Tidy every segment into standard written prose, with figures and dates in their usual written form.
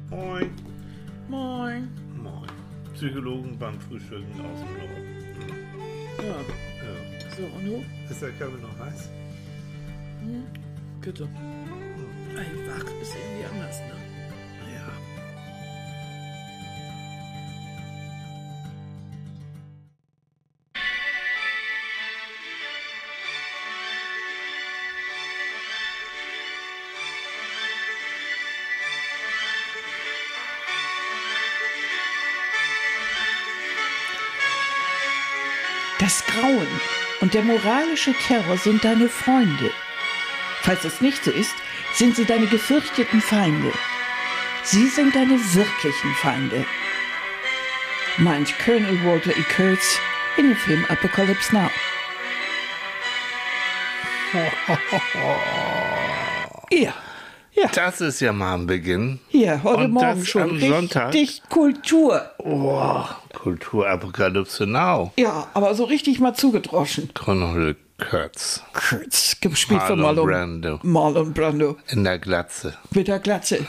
Moin. Moin. Moin. Psychologen beim Frühstücken aus dem Norden. Ja, Ja. so und du? Ist der Kaffee noch heiß? Bitte. Ey, wach ist irgendwie anders, ne? Ja. Das Grauen und der moralische Terror sind deine Freunde. Falls es nicht so ist, sind sie deine gefürchteten Feinde. Sie sind deine wirklichen Feinde, meint Colonel Walter E. Kurtz in dem Film Apocalypse Now. Ja, ja, Das ist ja mal ein Beginn. hier, heute Und Morgen das schon am Sonntag? richtig Kultur. Oh, Kulturapokalypse Now. Ja, aber so richtig mal zugedroschen. Colonel Kurtz Kurtz, gespielt von Brando Marlon Brando. in der Glatze. Mit der Glatze.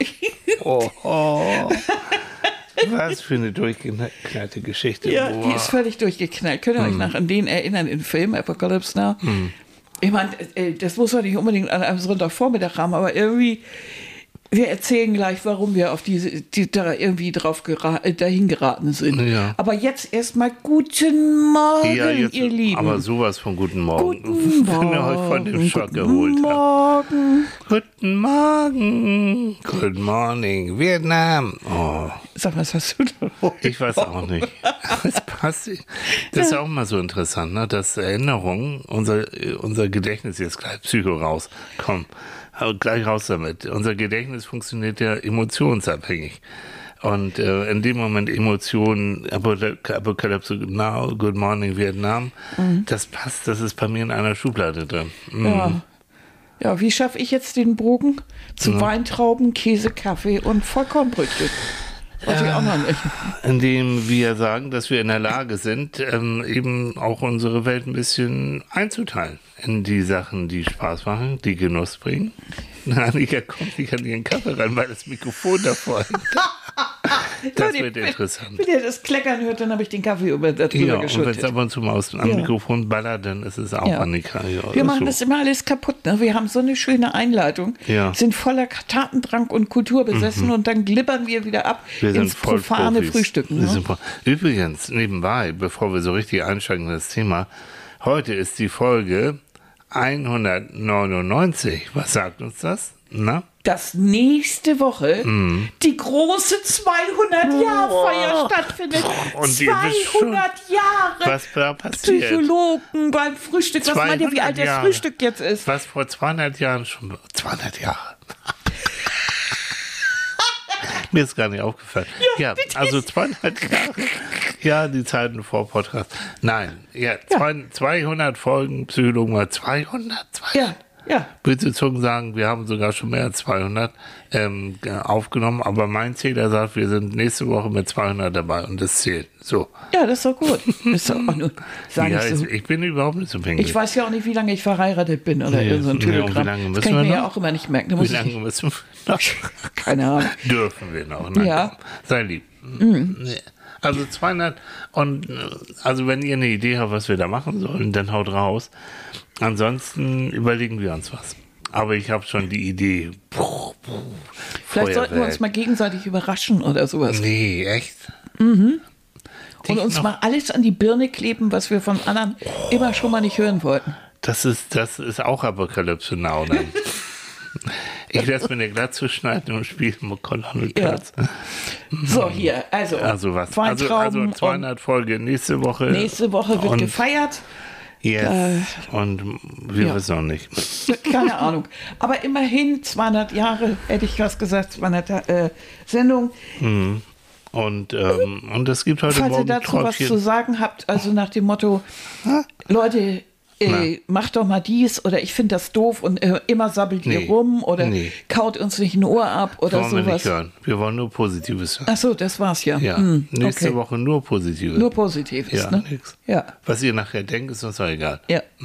Oh. Was für eine durchgeknallte Geschichte. Ja, Boah. die ist völlig durchgeknallt. Könnt ihr euch noch an den erinnern, im Film Apocalypse Now? Ich meine, das muss man nicht unbedingt an einem Sonntagvormittag haben, aber irgendwie, wir erzählen gleich, warum wir auf die da irgendwie dahin geraten sind. Ja. Aber jetzt erstmal guten Morgen, Ja, jetzt, ihr Lieben. aber sowas von guten Morgen. Guten Wenn ihr euch von dem Schock Guten geholt habt. Morgen. Guten Morgen. Good morning. Vietnam. Oh, Sag mal, was hast du da? ich weiß auch nicht. Es passt. Das ist auch mal so interessant, ne? Dass Erinnerungen, unser Gedächtnis jetzt gleich Psycho raus. Komm, hau gleich raus damit. Unser Gedächtnis funktioniert ja emotionsabhängig. Und in dem Moment Emotionen, Apocalypse Now, Good Morning Vietnam, das passt, das ist bei mir in einer Schublade drin. Ja. Ja, wie schaffe ich jetzt den Bogen zu Weintrauben, Käse, Kaffee und Vollkornbrötchen? Was ich auch noch nicht. Indem wir sagen, dass wir in der Lage sind, eben auch unsere Welt ein bisschen einzuteilen in die Sachen, die Spaß machen, die Genuss bringen. Annika kommt nicht an ihren Kaffee rein, weil das Mikrofon davor hängt. Das wird interessant. Wenn ihr das Kleckern hört, dann habe ich den Kaffee drüber Ja, und wenn es geschüttet. ab und zu mal am Mikrofon ballert, dann ist es auch Ja. Annika. Ja, Wir ist machen so. das immer alles kaputt. Ne? Wir haben so eine schöne Einleitung, Ja. sind voller Tatendrang und Kultur besessen und dann glibbern wir wieder ab Wir sind ins voll profane Profis. Frühstücken. Wir Ne? sind Übrigens, nebenbei, bevor wir so richtig einsteigen in das Thema, heute ist die Folge 199. Was sagt uns das? Na? Dass nächste Woche die große 200-Jahr-Feier stattfindet. Und ihr wisst schon, 200 Jahre was da passiert. Psychologen beim Frühstück. Was meint ihr, wie 200 alt das Jahre. Frühstück jetzt ist? Was vor 200 Jahren schon... 200 Jahre. Mir ist gar nicht aufgefallen. Ja, also 200 Jahre. Ja, die Zeiten vor Podcast. Nein, ja, 200 Folgen Psychologen mal 200. Ja, ja. Böse Zungen sagen, wir haben sogar schon mehr als 200 aufgenommen, aber mein Zähler sagt, wir sind nächste Woche mit 200 dabei und das zählt. So. Ja, das ist doch gut. Ist doch auch nur, sag Ja, ich so. ich bin überhaupt nicht so pingelig. Ich weiß ja auch nicht, wie lange ich verheiratet bin oder Nee, irgend so ein nee, und Telegramm. wie lange Das müssen kann ich wir mir ja noch? auch immer nicht merken. Da Wie muss lange ich, müssen wir noch? keine Ahnung. Dürfen wir noch. Na, Ja. komm, sei lieb. Nee. Also 200 und also wenn ihr eine Idee habt, was wir da machen sollen, dann haut raus. Ansonsten überlegen wir uns was. Aber ich habe schon die Idee. Vielleicht sollten wir uns mal gegenseitig überraschen oder sowas. Nee, echt? Und uns mal alles an die Birne kleben, was wir von anderen immer schon mal nicht hören wollten. Das ist auch Apokalypse Now dann. Ich werde es mir eine Glatze schneiden und spiele mit Colonel Kurtz. So, hier, also Also was? Also Weintrauben 200 Folge nächste Woche. und nächste Woche wird und gefeiert. Yes. Und wir ja. wissen noch nicht. Keine Ahnung. Aber immerhin 200 Jahre, hätte ich was gesagt, 200 Sendung. Und es gibt heute Falls ihr Morgen dazu was zu Träufchen. sagen habt, also nach dem Motto, Leute, macht doch mal dies oder ich finde das doof und immer sabbelt ihr Nee. rum oder Nee. kaut uns nicht ein Ohr ab oder Wollen wir nicht sowas. hören. Wir wollen nur Positives hören. Ach so, das war's ja. Ja, nächste okay. Woche nur Positives. Nur Positives, Ja, ne? nix. Ja, Was ihr nachher denkt, ist uns auch egal. ja.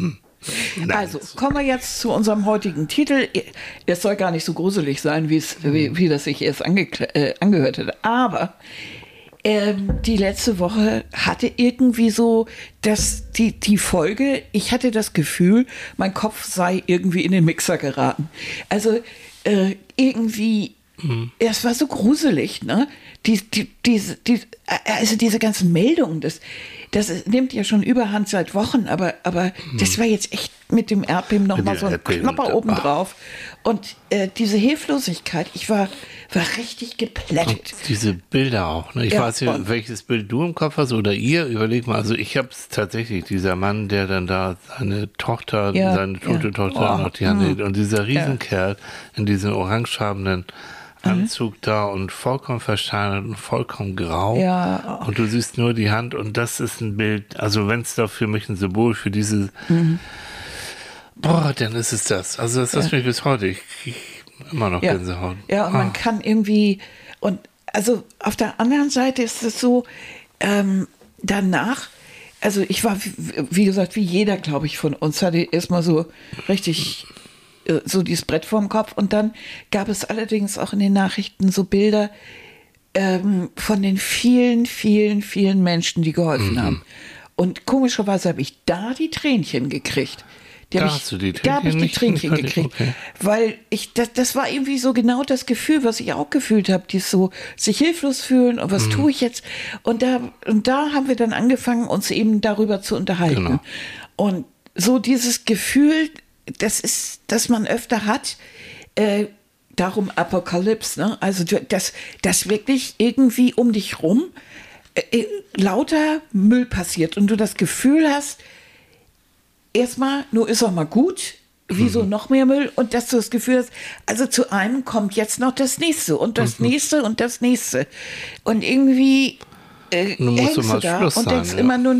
Nein. Also, kommen wir jetzt zu unserem heutigen Titel. Es soll gar nicht so gruselig sein, wie das sich erst angehört hat. Aber die letzte Woche hatte irgendwie so, dass die Folge, ich hatte das Gefühl, mein Kopf sei irgendwie in den Mixer geraten. Also irgendwie, es war so gruselig, ne? Also diese ganzen Meldungen, das nimmt ja schon Überhand seit Wochen, aber das war jetzt echt mit dem Erdbeben nochmal so ein Klopper obendrauf. Und diese Hilflosigkeit, ich war richtig geplättet. Und diese Bilder auch. Ne? Ich weiß ja, welches Bild du im Kopf hast oder ihr. Überleg mal, also ich habe es tatsächlich, dieser Mann, der dann da seine Tochter, seine tote Tochter noch die Hand hält. Und dieser Riesenkerl in diesem orangefarbenen Anzug da und vollkommen versteinert und vollkommen grau. Ja. Und du siehst nur die Hand und das ist ein Bild, also wenn es da für mich ein Symbol für diese, dann ist es das. Also das ist mich bis heute, ich immer noch Gänsehaut. Ja, und man kann irgendwie, und also auf der anderen Seite ist es so, danach, also ich war, wie gesagt, wie jeder, glaube ich, von uns, hatte erstmal so richtig so dieses Brett vorm Kopf. Und dann gab es allerdings auch in den Nachrichten so Bilder von den vielen, vielen, vielen Menschen, die geholfen haben. Und komischerweise habe ich da die Tränchen gekriegt. Da habe ich die Tränchen gekriegt. Okay. Weil das war irgendwie so genau das Gefühl, was ich auch gefühlt habe, die so sich hilflos fühlen und was tue ich jetzt? Und da haben wir dann angefangen, uns eben darüber zu unterhalten. Genau. Und so dieses Gefühl, das man öfter hat, darum Apokalypse, ne? Also dass wirklich irgendwie um dich rum lauter Müll passiert und du das Gefühl hast, erstmal, nur ist auch mal gut, wieso noch mehr Müll? Und dass du das Gefühl hast, also zu einem kommt jetzt noch das nächste und das nächste und das nächste. Und irgendwie hängst du da und denkst immer nun,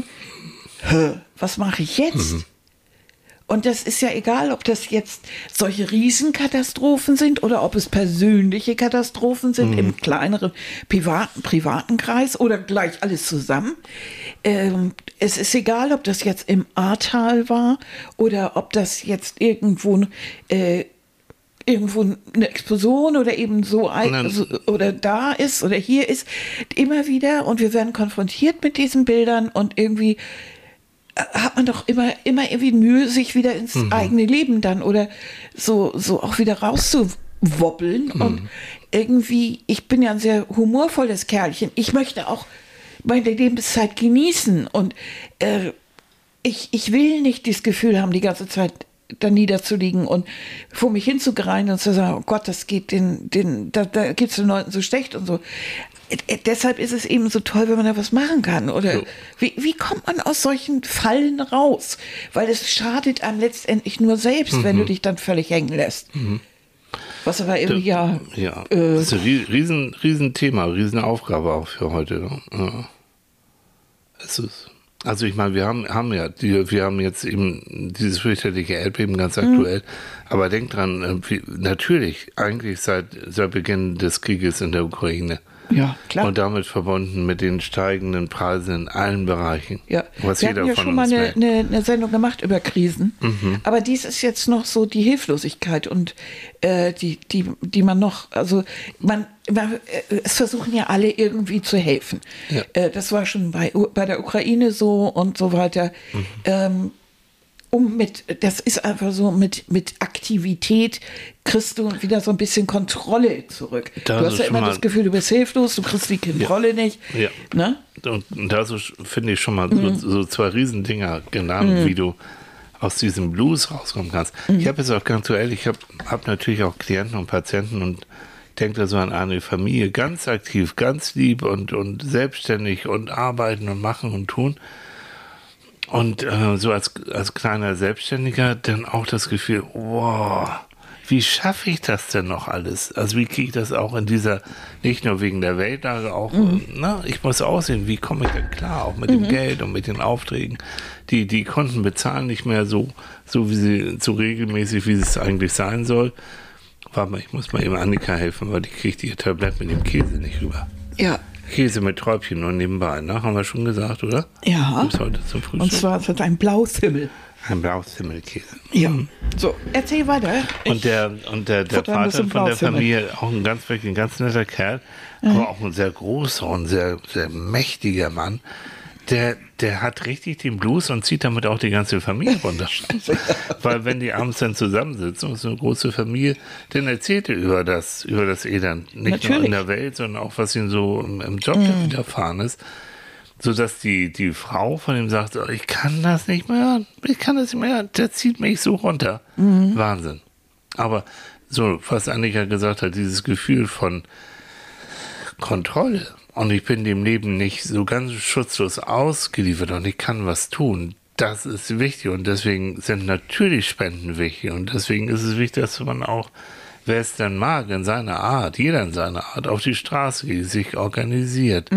was mache ich jetzt? Und das ist ja egal, ob das jetzt solche Riesenkatastrophen sind oder ob es persönliche Katastrophen sind im kleineren privaten Kreis oder gleich alles zusammen. Es ist egal, ob das jetzt im Ahrtal war oder ob das jetzt irgendwo eine Explosion oder eben so oder da ist oder hier ist. Immer wieder und wir werden konfrontiert mit diesen Bildern und irgendwie hat man doch immer irgendwie Mühe, sich wieder ins eigene Leben dann oder so auch wieder rauszuwobbeln. Und irgendwie, ich bin ja ein sehr humorvolles Kerlchen. Ich möchte auch meine Lebenszeit genießen und ich will nicht das Gefühl haben, die ganze Zeit da niederzuliegen und vor mich hinzugreien und zu sagen, oh Gott, das geht da geht es den Leuten so schlecht und so. Deshalb ist es eben so toll, wenn man da was machen kann. Oder so. Wie kommt man aus solchen Fallen raus? Weil es schadet einem letztendlich nur selbst, wenn du dich dann völlig hängen lässt. Was aber irgendwie das ist ein Riesenthema, Riesenaufgabe auch für heute. Ne? Ja. Es ist, also ich meine, wir haben jetzt eben dieses fürchterliche Erdbeben ganz aktuell. Aber denk dran, natürlich eigentlich seit Beginn des Krieges in der Ukraine. Ja, klar. Und damit verbunden mit den steigenden Preisen in allen Bereichen. Ja, wir hatten ja schon mal eine Sendung gemacht über Krisen. Aber dies ist jetzt noch so die Hilflosigkeit und die man noch, also es versuchen ja alle irgendwie zu helfen. Ja. Das war schon bei der Ukraine so und so weiter. Das ist einfach so, mit Aktivität kriegst du wieder so ein bisschen Kontrolle zurück. Du hast ja immer das Gefühl, du bist hilflos, du kriegst die Kontrolle nicht. Ja. Ne? Und da finde ich schon mal so zwei Riesendinger genannt, wie du aus diesem Blues rauskommen kannst. Ich habe jetzt auch ganz ehrlich, ich habe natürlich auch Klienten und Patienten und denke da so an eine Familie, ganz aktiv, ganz lieb und selbstständig und arbeiten und machen und tun. Und so als kleiner Selbstständiger dann auch das Gefühl, wow, wie schaffe ich das denn noch alles? Also wie kriege ich das auch in dieser, nicht nur wegen der Weltlage, auch, ich muss aussehen, wie komme ich denn klar, auch mit dem Geld und mit den Aufträgen. Die Kunden bezahlen nicht mehr so wie sie, so regelmäßig, wie es eigentlich sein soll. Warte mal, ich muss mal eben Annika helfen, weil die kriegt ihr Tablett mit dem Käse nicht rüber. Ja. Käse mit Träubchen nur nebenbei, ne? Haben wir schon gesagt, oder? Ja. Gibt's heute zum Frühstück. Und zwar ist das ein Blausimmel. Ein Blauszimmelkäse. Ja. So, erzähl weiter. Und der Vater von der Familie, auch wirklich ein ganz netter Kerl, aber auch ein sehr großer und sehr, sehr mächtiger Mann, der hat richtig den Blues und zieht damit auch die ganze Familie runter. Weil wenn die abends dann zusammensitzen, und so eine große Familie, dann erzählt er über das Elend. Nicht nur in der Welt, sondern auch, was ihm so im Job widerfahren ist. Sodass die Frau von ihm sagt, oh, ich kann das nicht mehr hören, der zieht mich so runter. Wahnsinn. Aber so, was Annika gesagt hat, dieses Gefühl von Kontrolle und ich bin dem Leben nicht so ganz schutzlos ausgeliefert und ich kann was tun, das ist wichtig und deswegen sind natürlich Spenden wichtig und deswegen ist es wichtig, dass man auch, wer es dann mag, in seiner Art, jeder in seiner Art, auf die Straße geht, sich organisiert,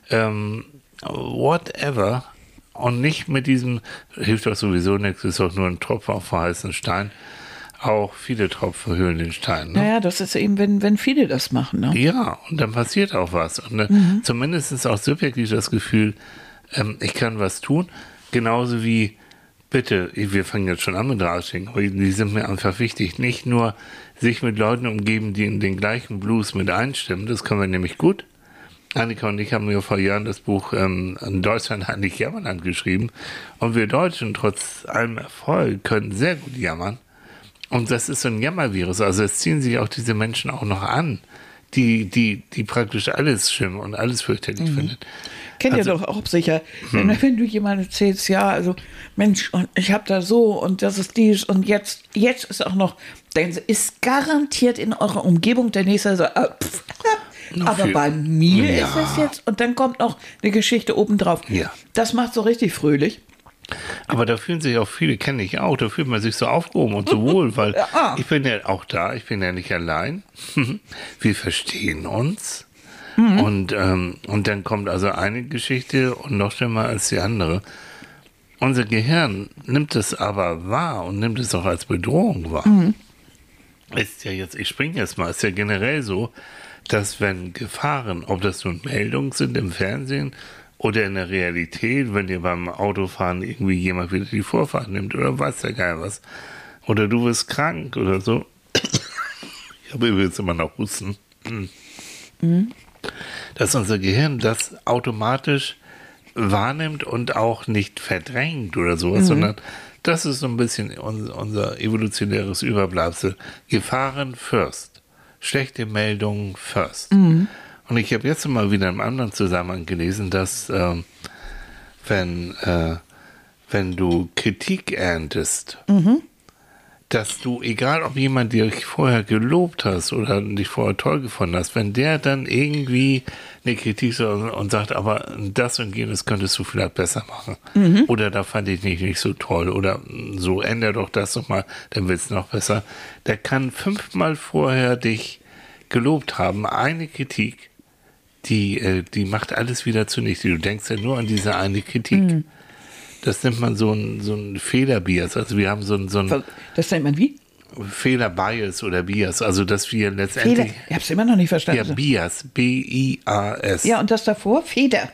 whatever und nicht mit diesem, hilft doch sowieso nichts, ist doch nur ein Tropfen auf heißen Stein. Auch viele Tropfen höhlen den Stein. Ne? Naja, das ist eben, wenn viele das machen. Ne? Ja, und dann passiert auch was. Und zumindest ist auch subjektiv das Gefühl, ich kann was tun. Genauso wie, bitte, wir fangen jetzt schon an mit Ratschlägen, aber die sind mir einfach wichtig. Nicht nur sich mit Leuten umgeben, die in den gleichen Blues mit einstimmen, das können wir nämlich gut. Annika und ich haben ja vor Jahren das Buch in Deutschland eigentlich Jammerland geschrieben. Und wir Deutschen, trotz allem Erfolg, können sehr gut jammern. Und das ist so ein Jammervirus. Also es ziehen sich auch diese Menschen auch noch an, die praktisch alles schlimm und alles fürchterlich finden. Kennt ihr doch auch sicher, wenn du jemandem erzählst, ja, also Mensch, und ich habe da so und das ist dies und jetzt ist auch noch, dann ist garantiert in eurer Umgebung der nächste so, aber bei mir ist es jetzt, und dann kommt noch eine Geschichte obendrauf. Ja. Das macht so richtig fröhlich. Aber da fühlen sich auch viele, kenne ich auch, da fühlt man sich so aufgehoben und so wohl, weil ich bin ja auch da, ich bin ja nicht allein. Wir verstehen uns. Und dann kommt also eine Geschichte und noch schlimmer als die andere. Unser Gehirn nimmt es aber wahr und nimmt es auch als Bedrohung wahr. Ist ja jetzt, ich springe jetzt mal, ist ja generell so, dass wenn Gefahren, ob das nun Meldungen sind im Fernsehen oder in der Realität, wenn dir beim Autofahren irgendwie jemand wieder die Vorfahrt nimmt oder weiß der Geil was. Oder du wirst krank oder so. Ich habe übrigens immer noch Husten. Dass unser Gehirn das automatisch wahrnimmt und auch nicht verdrängt oder sowas, sondern das ist so ein bisschen unser evolutionäres Überbleibsel. Gefahren first. Schlechte Meldungen first. Und ich habe jetzt mal wieder im anderen Zusammenhang gelesen, dass wenn du Kritik erntest, dass du, egal ob jemand dich vorher gelobt hast oder dich vorher toll gefunden hast, wenn der dann irgendwie eine Kritik und sagt, aber das und jenes könntest du vielleicht besser machen. Oder da fand ich dich nicht so toll oder so, ändere doch das nochmal, dann wird es noch besser. Der kann 5-mal vorher dich gelobt haben, eine Kritik, die macht alles wieder zunichte. Du denkst ja nur an diese eine Kritik. Das nennt man so ein Fehlerbias. Also wir haben so ein Das nennt man wie? Fehlerbias oder Bias. Also dass wir letztendlich... Fehler. Ich habe es immer noch nicht verstanden. Ja, Bias. B-I-A-S. Ja, und das davor? Fehler.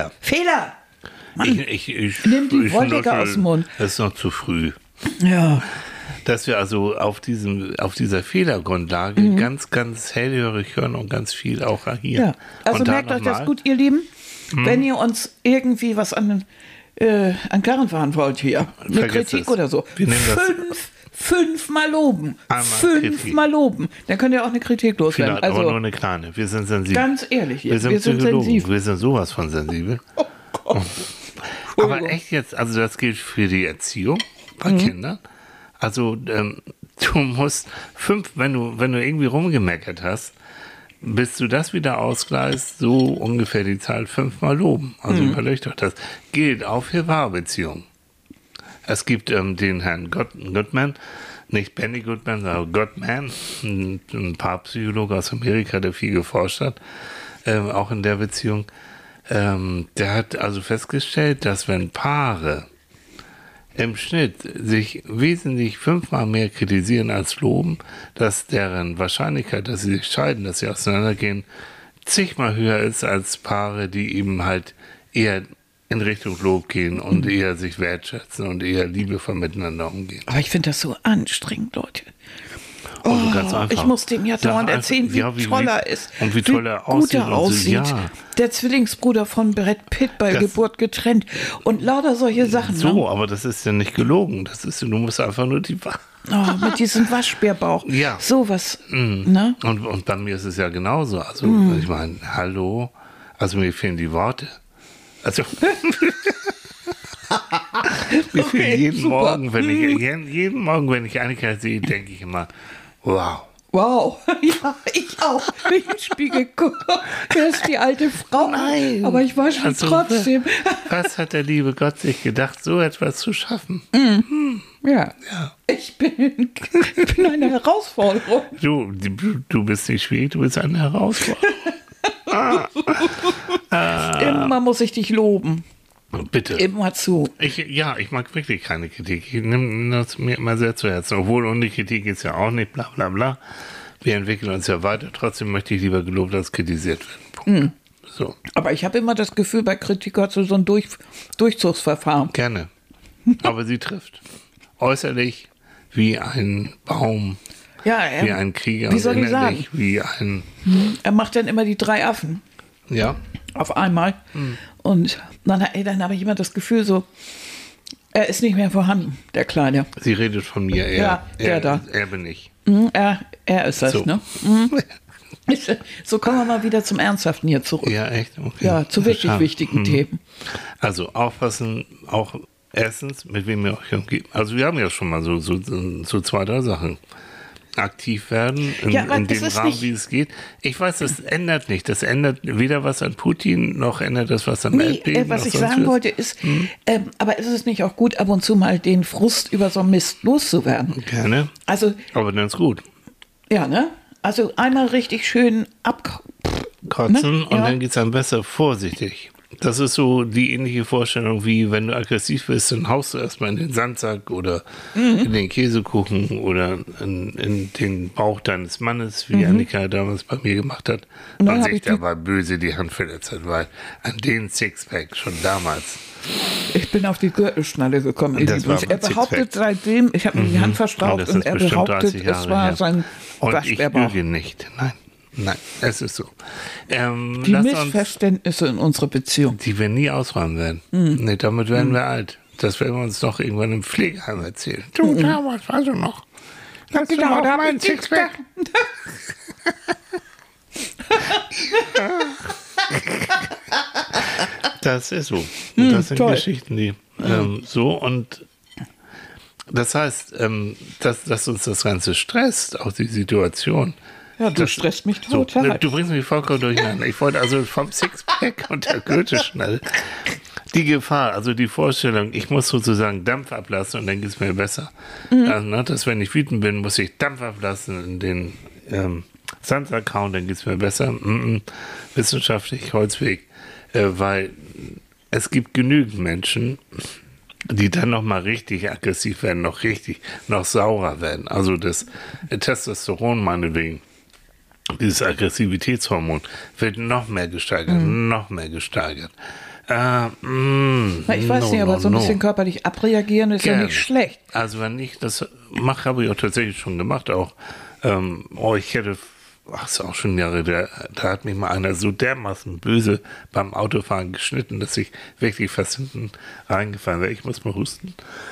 Mann. Ich nimm die Wolldecke aus dem Mund. Das ist noch zu früh. Ja. Dass wir also auf dieser Fehlergrundlage ganz, ganz hellhörig hören und ganz viel auch hier. Ja. Also merkt euch das gut, ihr Lieben. Wenn ihr uns irgendwie was an Karren fahren wollt hier, eine Kritik oder so, wir nehmen das 5-mal loben. 5-mal loben. Dann könnt ihr auch eine Kritik loswerden. Vielleicht aber nur eine kleine. Wir sind sensibel. Ganz ehrlich, wir sind sensibel. Wir sind sowas von sensibel. Oh Gott. Aber echt jetzt, also das gilt für die Erziehung bei Kindern. Also du musst wenn du irgendwie rumgemeckert hast, bis du das wieder ausgleichst, so ungefähr die Zahl 5-mal loben. Also überlegt euch das. Gilt auch für Paarbeziehungen. Es gibt den Herrn Gottman, nicht Benny Goodman, sondern Gottman, ein Paarpsychologe aus Amerika, der viel geforscht hat, auch in der Beziehung. Der hat also festgestellt, dass wenn Paare im Schnitt sich wesentlich 5-mal mehr kritisieren als loben, dass deren Wahrscheinlichkeit, dass sie sich scheiden, dass sie auseinandergehen, 10-mal höher ist als Paare, die eben halt eher in Richtung Lob gehen und eher sich wertschätzen und eher liebevoll miteinander umgehen. Aber ich finde das so anstrengend, Leute. Also ganz einfach. Ich muss dem ja dauernd erzählen, wie toll er ist. Und wie toll er aussieht. Gut er aussieht. So, ja. Der Zwillingsbruder von Brad Pitt bei Geburt getrennt. Und lauter solche Sachen. So, ne? aber das ist ja nicht gelogen. Du musst einfach nur die Wahrheit. Mit diesem Waschbärbauch. Ja. Sowas. Ne? Und bei mir ist es ja genauso. Also, ich meine, hallo. Also, mir fehlen die Worte. Also, mir fehlen jeden Morgen, wenn ich Annika sehe, denke ich immer, wow. Wow, ja, ich auch. Wenn ich in den Spiegel gucke, wer ist die alte Frau? Nein. Aber ich wasche mich trotzdem. Was hat der liebe Gott sich gedacht, so etwas zu schaffen? Ja. Ich bin eine Herausforderung. Du bist nicht schwierig, du bist eine Herausforderung. Immer muss ich dich loben. Bitte. Immer zu. Ich mag wirklich keine Kritik. Ich nehme das mir immer sehr zu Herzen. Obwohl ohne Kritik ist ja auch nicht, bla bla bla. Wir entwickeln uns ja weiter. Trotzdem möchte ich lieber gelobt als kritisiert werden. Punkt. So. Aber ich habe immer das Gefühl, bei Kritik hat so ein Durchzugsverfahren. Gerne. Aber sie trifft. Äußerlich wie ein Baum. Ja, wie ein Krieger. Wie soll ich sagen? Wie ein... Er macht dann immer die 3 Affen. Ja. Auf einmal. Und dann habe ich immer das Gefühl so, er ist nicht mehr vorhanden, der Kleine. Sie redet von mir, der da. Er bin ich. Er ist das, so. Ne? So kommen wir mal wieder zum Ernsthaften hier zurück. Ja, echt? Okay. Ja, zu wirklich wichtigen Themen. Also aufpassen, auch erstens, mit wem ihr euch umgebt. Also wir haben ja schon mal so 2, 3 Sachen. Aktiv werden, in dem Rahmen, wie es geht. Ich weiß, das ändert nicht. Das ändert weder was an Putin, noch ändert das was an Erdbeben. Was ich sagen wollte ist, aber ist es nicht auch gut, ab und zu mal den Frust über so einen Mist loszuwerden? Gerne. Also, aber dann ist gut. Ja, ne? Also einmal richtig schön kotzen, ne? Und dann geht es dann besser vorsichtig. Das ist so die ähnliche Vorstellung, wie wenn du aggressiv bist, dann haust du erstmal in den Sandsack oder in den Käsekuchen oder in den Bauch deines Mannes, wie Annika damals bei mir gemacht hat. Und sich aber böse die Hand verletzt hat, weil an den Sixpack schon damals. Ich bin auf die Gürtelschnalle gekommen. Er behauptet seitdem, ich habe mir die Hand verstaucht und er behauptet, es war sein Waschbärbauch. Und ich lüge nicht, Nein, es ist so. Die Missverständnisse in unserer Beziehung. Die wir nie ausräumen werden. Nee, damit werden wir alt. Das werden wir uns doch irgendwann im Pflegeheim erzählen. Du, damals weißt du noch. Kannst du noch meinen Sixpack? Das ist so. Das sind toll. Geschichten, die so und das heißt, dass uns das Ganze stresst, auch die Situation. Ja, du stresst mich total. So, du bringst mich vollkommen durcheinander. Ich wollte also vom Sixpack und der Gürtelschnalle die Gefahr, also die Vorstellung, ich muss sozusagen Dampf ablassen und dann geht es mir besser. Also, dass wenn ich wütend bin, muss ich Dampf ablassen in den Sandsack hauen, dann geht es mir besser. Wissenschaftlich, Holzweg. Weil es gibt genügend Menschen, die dann nochmal richtig aggressiv werden, noch saurer werden. Also das Testosteron meinetwegen, dieses Aggressivitätshormon wird noch mehr gesteigert. Ich weiß nicht, aber so ein bisschen körperlich abreagieren ist ja nicht schlecht. Also wenn ich das mache, habe ich auch tatsächlich schon gemacht. Auch ich hätte, ist auch schon Jahre, da hat mich mal einer so dermaßen böse beim Autofahren geschnitten, dass ich wirklich fast hinten reingefallen wäre. Ich muss mal husten.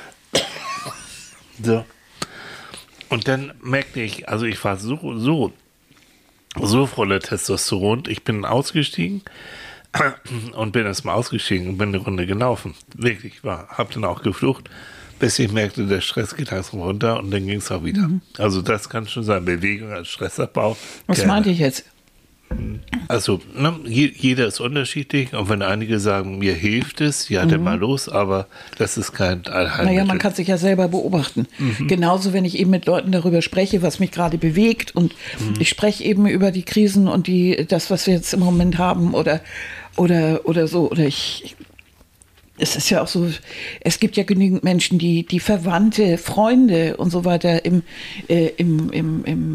So. Und dann merkte ich, also ich war so voller Testosteron, ich bin ausgestiegen und bin erstmal ausgestiegen und bin eine Runde gelaufen. Wirklich, hab dann auch geflucht, bis ich merkte, der Stress geht langsam runter und dann ging es auch wieder. Also das kann schon sein, Bewegung als Stressabbau. Was meinte ich jetzt? Also, jeder ist unterschiedlich und wenn einige sagen, mir hilft es, ja, dann mal los, aber das ist kein Allheilmittel. Naja, man kann sich ja selber beobachten. Genauso, wenn ich eben mit Leuten darüber spreche, was mich gerade bewegt und ich spreche eben über die Krisen und das, was wir jetzt im Moment haben oder so, es ist ja auch so, es gibt ja genügend Menschen, die Verwandte, Freunde und so weiter im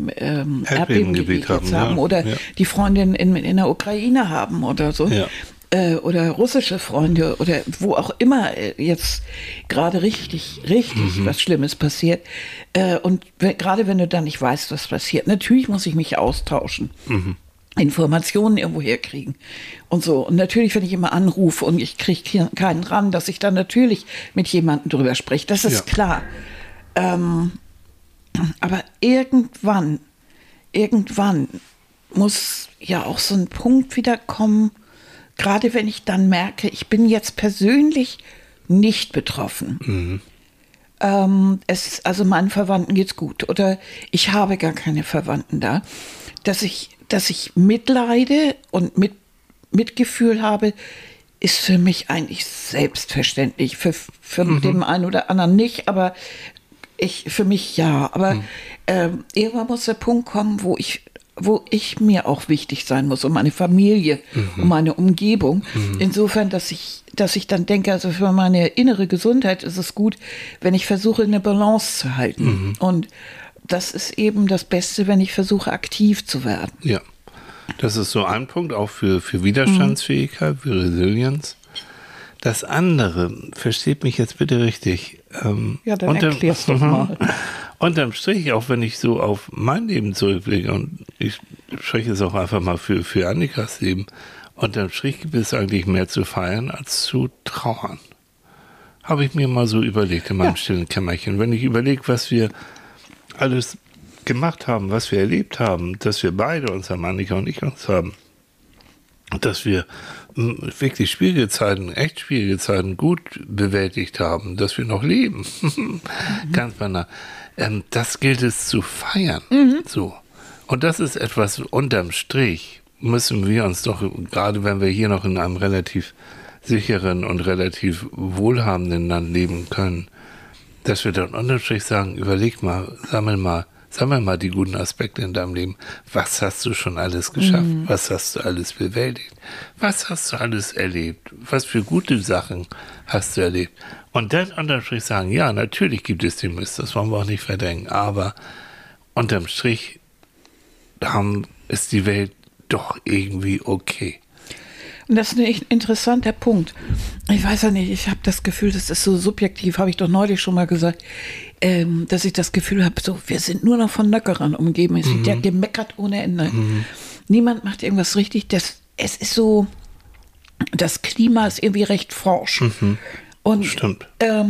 Erdbebengebiet haben oder die Freundin in der Ukraine haben oder so. Ja. oder russische Freunde oder wo auch immer jetzt gerade richtig was Schlimmes passiert. Und gerade wenn du dann nicht weißt, was passiert, natürlich muss ich mich austauschen. Informationen irgendwo herkriegen und so. Und natürlich, wenn ich immer anrufe und ich kriege keinen ran, dass ich dann natürlich mit jemandem drüber spreche. Das ist klar. Aber irgendwann muss ja auch so ein Punkt wieder kommen, gerade wenn ich dann merke, ich bin jetzt persönlich nicht betroffen. Also meinen Verwandten geht's gut oder ich habe gar keine Verwandten da, dass ich mitleide und Mitgefühl habe, ist für mich eigentlich selbstverständlich. Für den einen oder anderen nicht, aber für mich ja. Aber irgendwann muss der Punkt kommen, wo ich mir auch wichtig sein muss, um meine Familie, um meine Umgebung. Insofern, dass ich dann denke, also für meine innere Gesundheit ist es gut, wenn ich versuche, eine Balance zu halten. Und das ist eben das Beste, wenn ich versuche, aktiv zu werden. Ja, das ist so ein Punkt, auch für Widerstandsfähigkeit, für Resilienz. Das andere, versteht mich jetzt bitte richtig. Ja, dann erklär's doch mal. Unterm Strich, auch wenn ich so auf mein Leben zurückblicke, und ich spreche es auch einfach mal für Annikas Leben, unterm Strich gibt es eigentlich mehr zu feiern als zu trauern. Habe ich mir mal so überlegt in meinem stillen Kämmerchen. Wenn ich überlege, was wir alles gemacht haben, was wir erlebt haben, dass wir beide, unser Annika und ich, uns haben, dass wir wirklich schwierige Zeiten, echt schwierige Zeiten gut bewältigt haben, dass wir noch leben. Ganz banal. Das gilt es zu feiern. So. Und das ist etwas, unterm Strich müssen wir uns doch, gerade wenn wir hier noch in einem relativ sicheren und relativ wohlhabenden Land leben können, dass wir dann unterm Strich sagen, überleg mal, sammel mal die guten Aspekte in deinem Leben. Was hast du schon alles geschafft? Was hast du alles bewältigt? Was hast du alles erlebt? Was für gute Sachen hast du erlebt? Und dann unterm Strich sagen, ja, natürlich gibt es den Mist, das wollen wir auch nicht verdrängen, aber unterm Strich ist die Welt doch irgendwie okay. Und das ist ein interessanter Punkt. Ich weiß ja nicht, ich habe das Gefühl, das ist so subjektiv, habe ich doch neulich schon mal gesagt, dass ich das Gefühl habe, so, wir sind nur noch von Nöckerern umgeben. Es wird ja gemeckert ohne Ende. Niemand macht irgendwas richtig. Es ist so, das Klima ist irgendwie recht forsch. Und stimmt.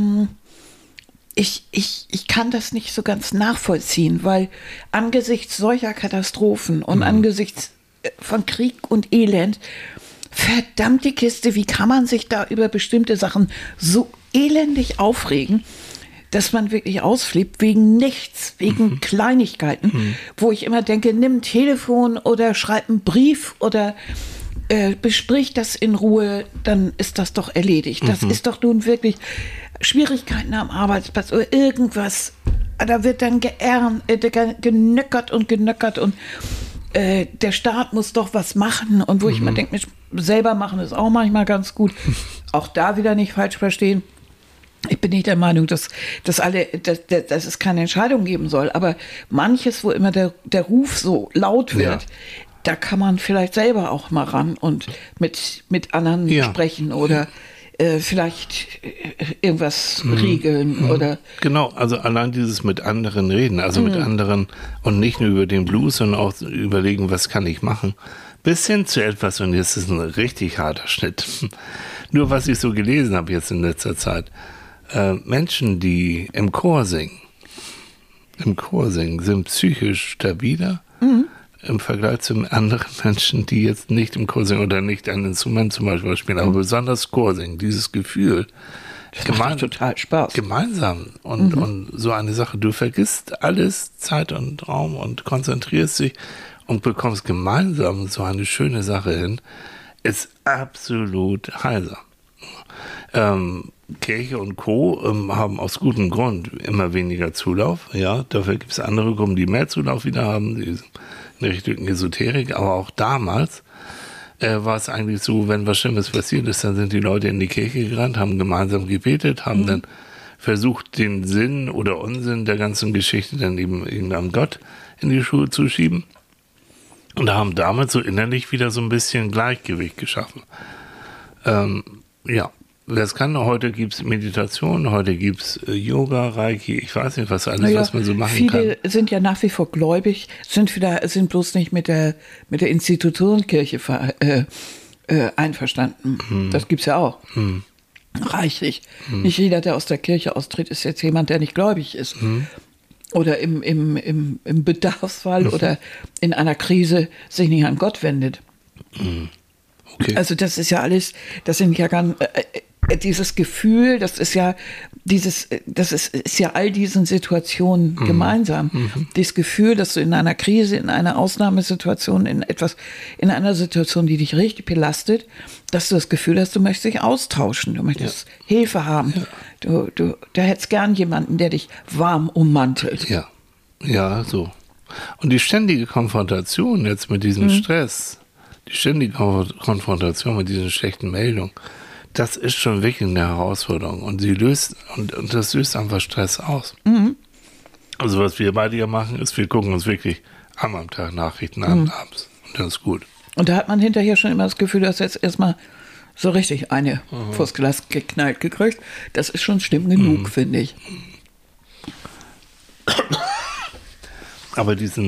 Ich kann das nicht so ganz nachvollziehen, weil angesichts solcher Katastrophen und angesichts von Krieg und Elend, verdammte Kiste, wie kann man sich da über bestimmte Sachen so elendig aufregen, dass man wirklich ausflippt wegen nichts, wegen Kleinigkeiten, wo ich immer denke, nimm ein Telefon oder schreib einen Brief oder besprich das in Ruhe, dann ist das doch erledigt. Das ist doch nun wirklich Schwierigkeiten am Arbeitsplatz oder irgendwas. Da wird dann genöckert und der Staat muss doch was machen. Und wo ich immer denke, selber machen ist auch manchmal ganz gut. Auch da wieder nicht falsch verstehen. Ich bin nicht der Meinung, dass es keine Entscheidung geben soll. Aber manches, wo immer der Ruf so laut wird, da kann man vielleicht selber auch mal ran und mit anderen sprechen oder vielleicht irgendwas regeln oder. Genau, also allein dieses mit anderen reden, also mit anderen und nicht nur über den Blues, sondern auch überlegen, was kann ich machen. Bis hin zu etwas, und jetzt ist ein richtig harter Schnitt. Nur was ich so gelesen habe jetzt in letzter Zeit. Menschen, die im Chor singen, sind psychisch stabiler im Vergleich zu anderen Menschen, die jetzt nicht im Chor singen oder nicht ein Instrument zum Beispiel spielen, aber besonders Chor singen. Dieses Gefühl, das macht total Spaß. Gemeinsam und so eine Sache. Du vergisst alles, Zeit und Raum und konzentrierst dich und bekommst gemeinsam so eine schöne Sache hin, ist absolut heilsam. Kirche und Co. Haben aus gutem Grund immer weniger Zulauf. Ja, dafür gibt es andere Gruppen, die mehr Zulauf wieder haben, die in Richtung Esoterik. Aber auch damals war es eigentlich so, wenn was Schlimmes passiert ist, dann sind die Leute in die Kirche gerannt, haben gemeinsam gebetet, haben dann versucht, den Sinn oder Unsinn der ganzen Geschichte dann eben irgendeinem Gott in die Schuhe zu schieben. Und haben damit so innerlich wieder so ein bisschen Gleichgewicht geschaffen. Ja, das kann. Heute gibt es Meditation, heute gibt es Yoga, Reiki, ich weiß nicht, was alles, was man so machen kann. Viele sind ja nach wie vor gläubig, sind bloß nicht mit der Institutionenkirche einverstanden. Das gibt's ja auch. Reichlich. Nicht jeder, der aus der Kirche austritt, ist jetzt jemand, der nicht gläubig ist. Oder im Bedarfsfall oder in einer Krise sich nicht an Gott wendet. Okay. Also das ist ja alles, das sind ja ganz, dieses Gefühl, das ist ja all diesen Situationen gemeinsam. Das Gefühl, dass du in einer Krise, in einer Ausnahmesituation, in einer Situation, die dich richtig belastet, dass du das Gefühl hast, du möchtest dich austauschen, du möchtest Hilfe haben. Ja. Du hättest gern jemanden, der dich warm ummantelt. Ja, so. Und die ständige Konfrontation jetzt mit diesem Stress, die ständige Konfrontation mit diesen schlechten Meldungen, das ist schon wirklich eine Herausforderung. Und das löst einfach Stress aus. Also was wir beide ja machen, ist, wir gucken uns wirklich einmal am Tag Nachrichten an, abends. Und das ist gut. Und da hat man hinterher schon immer das Gefühl, dass jetzt erstmal so richtig eine vors Glas geknallt gekriegt. Das ist schon schlimm genug, finde ich. Aber diese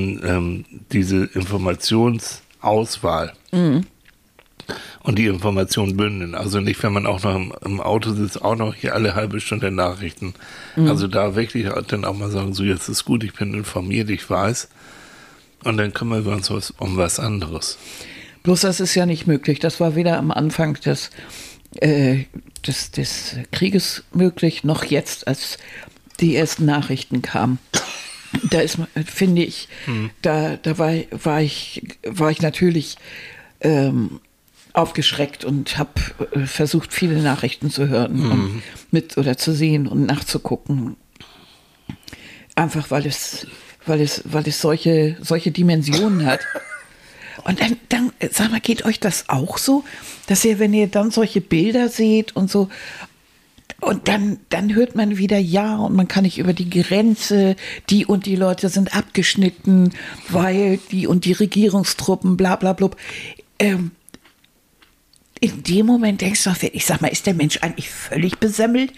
Informationsauswahl und die Informationen bündeln, also nicht, wenn man auch noch im Auto sitzt, auch noch hier alle halbe Stunde Nachrichten. Also da wirklich dann auch mal sagen, so jetzt ist gut, ich bin informiert, ich weiß. Und dann kümmern wir uns um was anderes. Bloß das ist ja nicht möglich. Das war weder am Anfang des Krieges möglich, noch jetzt, als die ersten Nachrichten kamen. Da ist, finde ich, da war ich natürlich aufgeschreckt und habe versucht, viele Nachrichten zu hören und zu sehen und nachzugucken. Einfach weil es solche Dimensionen hat. Und dann, sag mal, geht euch das auch so, dass ihr, wenn ihr dann solche Bilder seht und so, und dann hört man wieder, ja, und man kann nicht über die Grenze, die und die Leute sind abgeschnitten, weil die und die Regierungstruppen, bla bla bla. In dem Moment denkst du, ich sag mal, ist der Mensch eigentlich völlig besemmelt?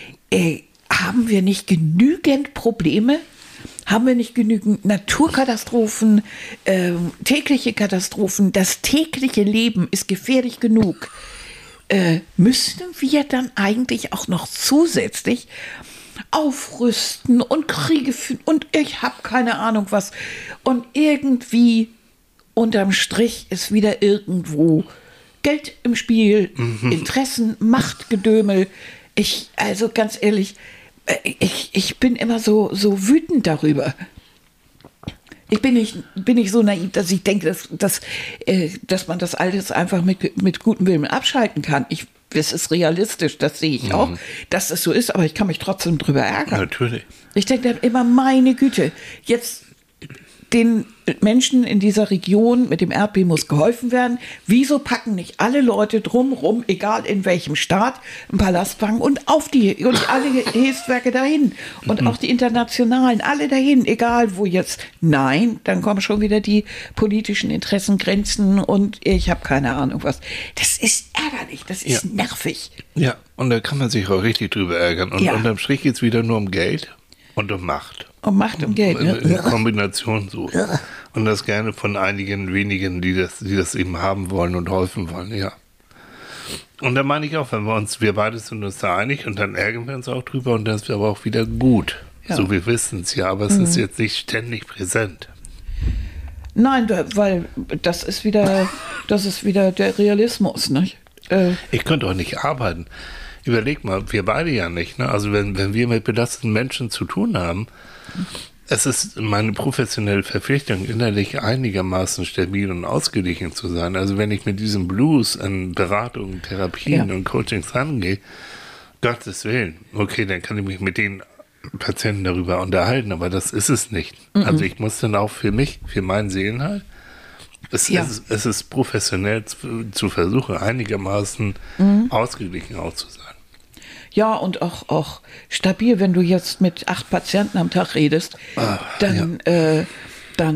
Haben wir nicht genügend Probleme? Haben wir nicht genügend Naturkatastrophen, tägliche Katastrophen? Das tägliche Leben ist gefährlich genug. Müssen wir dann eigentlich auch noch zusätzlich aufrüsten und Kriege führen und ich habe keine Ahnung was. Und irgendwie unterm Strich ist wieder irgendwo Geld im Spiel, Interessen, Machtgedömel. Also ganz ehrlich, ich bin immer so wütend darüber. Ich bin nicht so naiv, dass ich denke, dass man das alles einfach mit gutem Willen abschalten kann. Es ist realistisch, das sehe ich auch, dass es so ist, aber ich kann mich trotzdem drüber ärgern. Natürlich. Ich denke dann immer, meine Güte, jetzt den Menschen in dieser Region mit dem Erdbeben muss geholfen werden. Wieso packen nicht alle Leute drumherum, egal in welchem Staat, einen Palastwagen und alle Hilfswerke dahin und auch die internationalen, alle dahin, egal wo jetzt. Nein, dann kommen schon wieder die politischen Interessengrenzen und ich habe keine Ahnung was. Das ist ärgerlich, das ist nervig. Ja, und da kann man sich auch richtig drüber ärgern. Und unterm Strich geht es wieder nur um Geld und um Macht. Um Macht und Geld, ne? In Kombination so. Und das gerne von einigen wenigen, die das eben haben wollen und helfen wollen, ja. Und da meine ich auch, wir beide sind uns da einig und dann ärgern wir uns auch drüber und das ist aber auch wieder gut. Ja. So, wir wissen es ja, aber es ist jetzt nicht ständig präsent. Nein, weil das ist wieder der Realismus, nicht? Ich könnte auch nicht arbeiten. Überleg mal, wir beide ja nicht, ne? Also wenn wir mit belasteten Menschen zu tun haben, es ist meine professionelle Verpflichtung, innerlich einigermaßen stabil und ausgeglichen zu sein. Also wenn ich mit diesem Blues an Beratungen, Therapien und Coachings rangehe, Gottes Willen, okay, dann kann ich mich mit den Patienten darüber unterhalten, aber das ist es nicht. Also ich muss dann auch für mich, für meinen Seelenheil, es ist professionell zu versuchen, einigermaßen ausgeglichen auch zu sein. Ja, und auch stabil, wenn du jetzt mit 8 Patienten am Tag redest, dann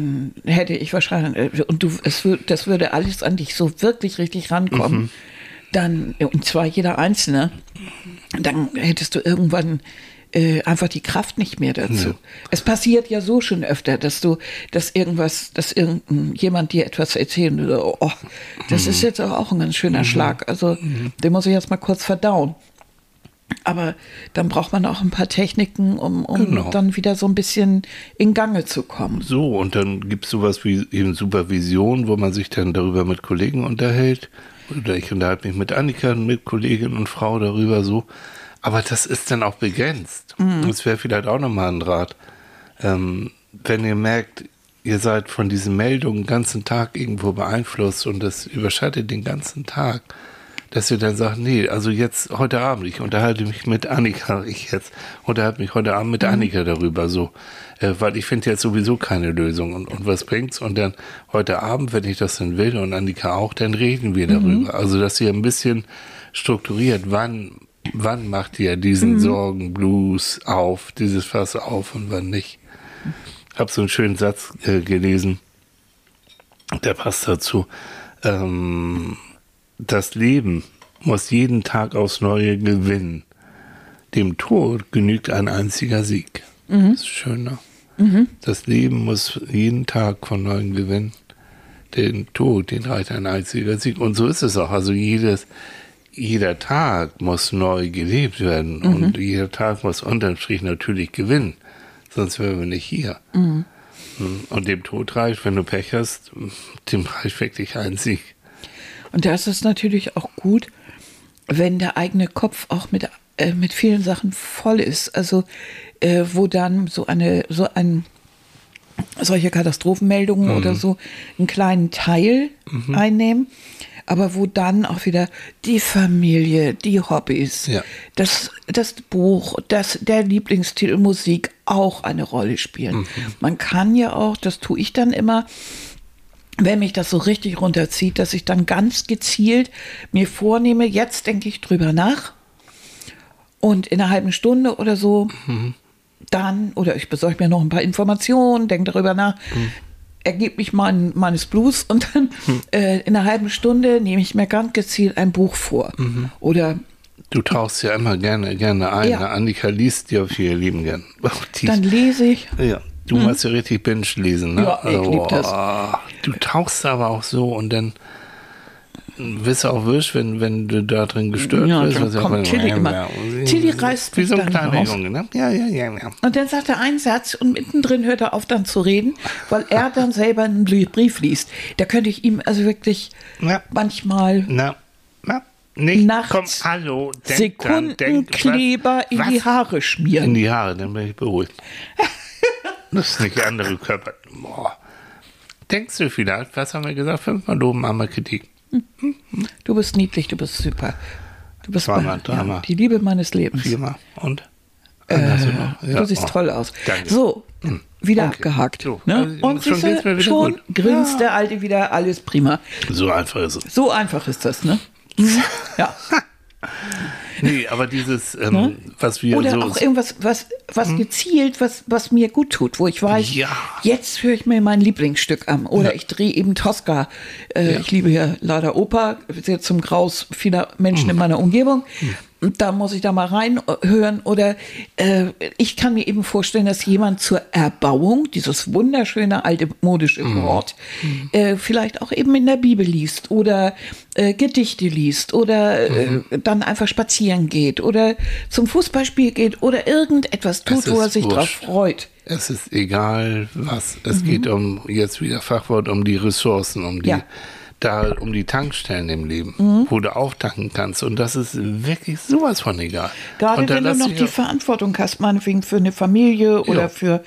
hätte ich wahrscheinlich, das würde alles an dich so wirklich richtig rankommen, dann, und zwar jeder Einzelne, dann hättest du irgendwann einfach die Kraft nicht mehr dazu. Ja. Es passiert ja so schon öfter, dass irgendjemand dir etwas erzählt und du, oh, das ist jetzt auch ein ganz schöner Schlag. Also den muss ich jetzt mal kurz verdauen. Aber dann braucht man auch ein paar Techniken, um genau. dann wieder so ein bisschen in Gange zu kommen. So, und dann gibt es sowas wie eben Supervision, wo man sich dann darüber mit Kollegen unterhält. Oder ich unterhalte mich mit Annika, mit Kollegin und Frau darüber so. Aber das ist dann auch begrenzt. Das wäre vielleicht auch nochmal ein Rat. Wenn ihr merkt, ihr seid von diesen Meldungen den ganzen Tag irgendwo beeinflusst und das überschattet den ganzen Tag, dass ihr dann sagt, nee, also jetzt heute Abend, ich unterhalte mich mit Annika, darüber so, weil ich finde jetzt sowieso keine Lösung und was bringt's? Und dann heute Abend, wenn ich das dann will und Annika auch, dann reden wir darüber. Also, dass ihr ein bisschen strukturiert, wann macht ihr diesen Sorgenblues auf, dieses Fass auf und wann nicht. Ich habe so einen schönen Satz gelesen, der passt dazu. Das Leben muss jeden Tag aufs Neue gewinnen. Dem Tod genügt ein einziger Sieg. Das ist schön, ne? Das Leben muss jeden Tag von Neuem gewinnen. Den Tod, den reicht ein einziger Sieg. Und so ist es auch. Also jeder Tag muss neu gelebt werden. Und jeder Tag muss unterm Strich natürlich gewinnen. Sonst wären wir nicht hier. Und dem Tod reicht, wenn du Pech hast, dem reicht wirklich ein Sieg. Und da ist es natürlich auch gut, wenn der eigene Kopf auch mit vielen Sachen voll ist. Also wo dann solche Katastrophenmeldungen oder so einen kleinen Teil einnehmen, aber wo dann auch wieder die Familie, die Hobbys, das Buch, der Lieblingstitel Musik auch eine Rolle spielen. Man kann ja auch, das tue ich dann immer, wenn mich das so richtig runterzieht, dass ich dann ganz gezielt mir vornehme, jetzt denke ich drüber nach und in einer halben Stunde oder so dann, oder ich besorge mir noch ein paar Informationen, denke darüber nach, ergebe mich meines Blues und dann in einer halben Stunde nehme ich mir ganz gezielt ein Buch vor. Oder du tauchst ja immer gerne ein. Ja. Annika liest ja auf ihr Leben gern. Dann lese ich. Ja. Du musst ja richtig Binge lesen, ne? Ja, ich liebe das. Du tauchst aber auch so und dann wirst du auch wirsch, wenn du da drin gestört wirst. Dann kommt Tilly immer. Tilly reißt wie so ein dann kleiner raus. Junge, ne? Ja. Und dann sagt er einen Satz und mittendrin hört er auf dann zu reden, weil er dann selber einen Brief liest. Da könnte ich ihm also wirklich manchmal nicht, nachts komm, hallo, Sekundenkleber in die Haare schmieren. In die Haare, dann bin ich beruhigt. Das ist nicht der andere Körper. Boah. Denkst du vielleicht, was haben wir gesagt? 5-mal loben, einmal Kritik. Du bist niedlich, du bist super. Du bist dreimal. Die Liebe meines Lebens. 4-mal. Und? Du siehst toll aus. Danke. So, wieder abgehakt. So. Ne? Und schon grinst der Alte wieder, alles prima. So einfach ist es. So einfach ist das, ne? Ja. Nee, aber dieses, was wir oder so... Oder auch irgendwas, was gezielt, was mir gut tut, wo ich weiß, jetzt höre ich mir mein Lieblingsstück an. Oder ich drehe eben Tosca. Ich liebe ja leider Oper, sehr zum Graus vieler Menschen in meiner Umgebung. Und da muss ich da mal reinhören. Oder ich kann mir eben vorstellen, dass jemand zur Erbauung, dieses wunderschöne alte modische Wort, vielleicht auch eben in der Bibel liest oder Gedichte liest oder dann einfach spazieren geht oder zum Fußballspiel geht oder irgendetwas tut, wo er sich drauf freut. Es ist egal was. Es geht jetzt wieder Fachwort, um die Ressourcen, um die Tankstellen im Leben, wo du auftanken kannst. Und das ist wirklich sowas von egal. Gerade wenn du noch die Verantwortung hast, meinetwegen für eine Familie oder für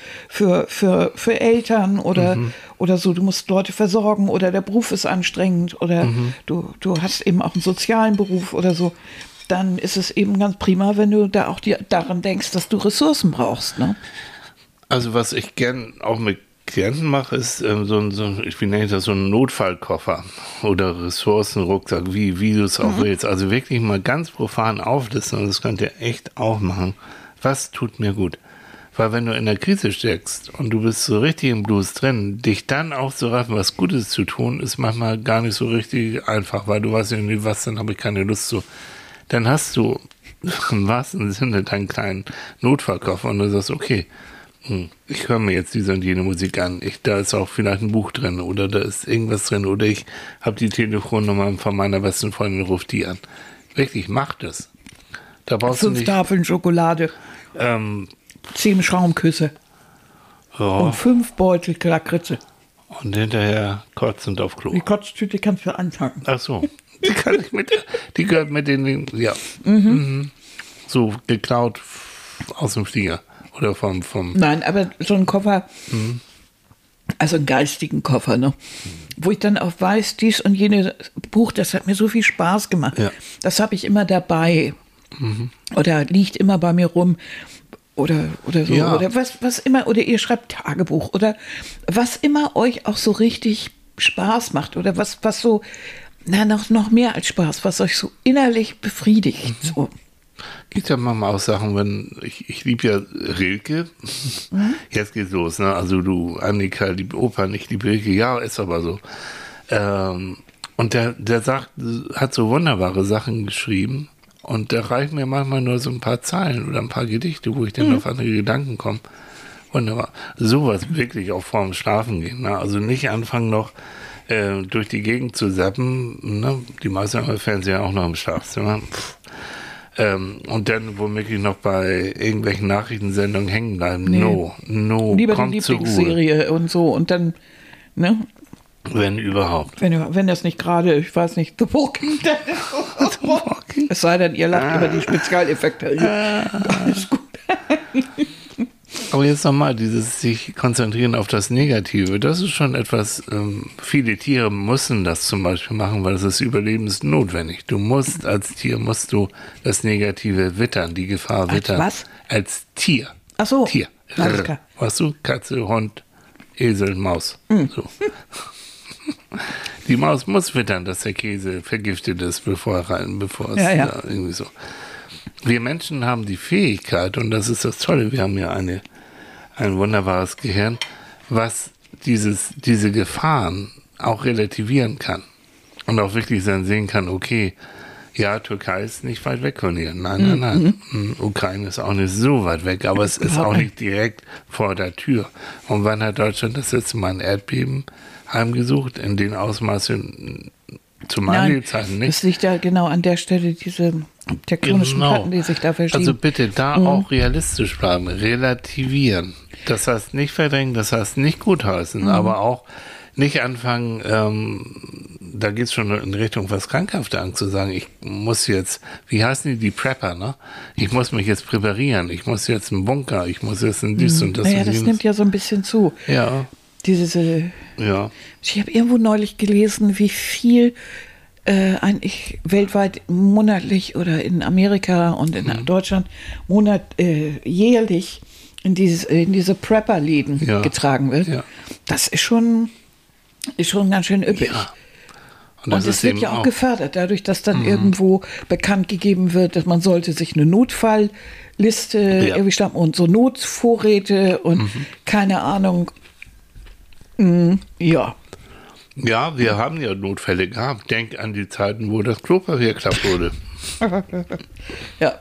Eltern oder so. Du musst Leute versorgen oder der Beruf ist anstrengend oder du hast eben auch einen sozialen Beruf oder so. Dann ist es eben ganz prima, wenn du da auch daran denkst, dass du Ressourcen brauchst. Ne? Also was ich gern auch mit Klienten mache, ist ich nenne das so ein Notfallkoffer oder Ressourcenrucksack, wie du es auch willst. Also wirklich mal ganz profan auflisten und das könnt ihr echt auch machen. Was tut mir gut? Weil wenn du in der Krise steckst und du bist so richtig im Blues drin, dich dann aufzuraffen, was Gutes zu tun, ist manchmal gar nicht so richtig einfach, weil du weißt irgendwie, was, dann habe ich keine Lust zu. Dann hast du im wahrsten Sinne deinen kleinen Notfallkoffer und du sagst, okay, ich höre mir jetzt diese und jene Musik an. Da ist auch vielleicht ein Buch drin oder da ist irgendwas drin oder ich habe die Telefonnummer von meiner besten Freundin, ruft die an. Wirklich, mach das. Da brauchst 5 du nicht, Tafeln Schokolade, 10 Schaumküsse und 5 Beutel Lakritze. und hinterher kotzend auf Klo. Die Kotztüte kannst du anfangen. Ach so, die gehört mit den, ja, so geklaut aus dem Flieger oder vom. Nein, aber so ein Koffer, also einen geistigen Koffer, ne? Wo ich dann auch weiß, dies und jene Buch, das hat mir so viel Spaß gemacht. Ja. Das habe ich immer dabei. Oder liegt immer bei mir rum. Oder so. Ja. Oder was immer. Oder ihr schreibt Tagebuch. Oder was immer euch auch so richtig Spaß macht. Oder was so, noch mehr als Spaß, was euch so innerlich befriedigt. So. Gibt ja manchmal auch Sachen, wenn ich liebe ja Rilke. Jetzt geht's los, ne? Also du, Annika, liebe Opern, ich liebe Rilke. Ja, ist aber so. Und der sagt, hat so wunderbare Sachen geschrieben. Und da reichen mir manchmal nur so ein paar Zeilen oder ein paar Gedichte, wo ich dann auf andere Gedanken komme. Wunderbar. Sowas wirklich auch vorm Schlafen gehen. Ne? Also nicht anfangen noch durch die Gegend zu zappen. Ne? Die meisten haben Fernseher auch noch im Schlafzimmer. Und dann womöglich noch bei irgendwelchen Nachrichtensendungen hängen bleiben. Nee. No, Lieber kommt die zur Ruhe. Lieblingsserie und so. Und dann, ne? Wenn überhaupt. Wenn das nicht gerade, ich weiß nicht, The Walking Dead ist. Es sei denn, ihr lacht über die Spezialeffekte. Alles gut. Aber jetzt nochmal, dieses sich konzentrieren auf das Negative, das ist schon etwas, viele Tiere müssen das zum Beispiel machen, weil es ist überlebensnotwendig. Du musst, als Tier musst du das Negative wittern, die Gefahr wittern. Als was? Als Tier. Ach so. Tier. Alles klar. Weißt du, Katze, Hund, Esel, Maus. So. Die Maus muss wittern, dass der Käse vergiftet ist, bevor es Ja. irgendwie so. Wir Menschen haben die Fähigkeit, und das ist das Tolle, wir haben ja ein wunderbares Gehirn, was diese Gefahren auch relativieren kann. Und auch wirklich dann sehen kann, okay, ja, Türkei ist nicht weit weg von hier. Nein. Ukraine ist auch nicht so weit weg, aber es ist auch nicht direkt vor der Tür. Und wann hat Deutschland das letzte Mal ein Erdbeben heimgesucht? In den Ausmaßen zu meinen Lebzeiten nicht. Es liegt ja genau an der Stelle tektonischen Platten, die sich da verschieben. Also bitte da auch realistisch bleiben, relativieren. Das heißt nicht verdrängen, das heißt nicht gutheißen, aber auch nicht anfangen, da geht es schon in Richtung was krankhafte Angst zu sagen, ich muss jetzt, wie heißen die Prepper, ne? Ich muss mich jetzt präparieren, ich muss jetzt einen Bunker, ich muss jetzt ein dies und das. Naja, und das jenes. nimmt ja so ein bisschen zu. Ja. Ja. Ich habe irgendwo neulich gelesen, wie viel eigentlich weltweit monatlich oder in Amerika und in Deutschland jährlich in diese Prepper-Läden getragen wird. Ja. Das ist schon ganz schön üppig. Ja. Und es wird ja auch gefördert, dadurch, dass dann irgendwo bekannt gegeben wird, dass man sollte sich eine Notfallliste irgendwie schnappen und so Notvorräte und keine Ahnung. Ja. Ja, wir haben ja Notfälle gehabt. Denk an die Zeiten, wo das Klopapier knapp wurde. Ja.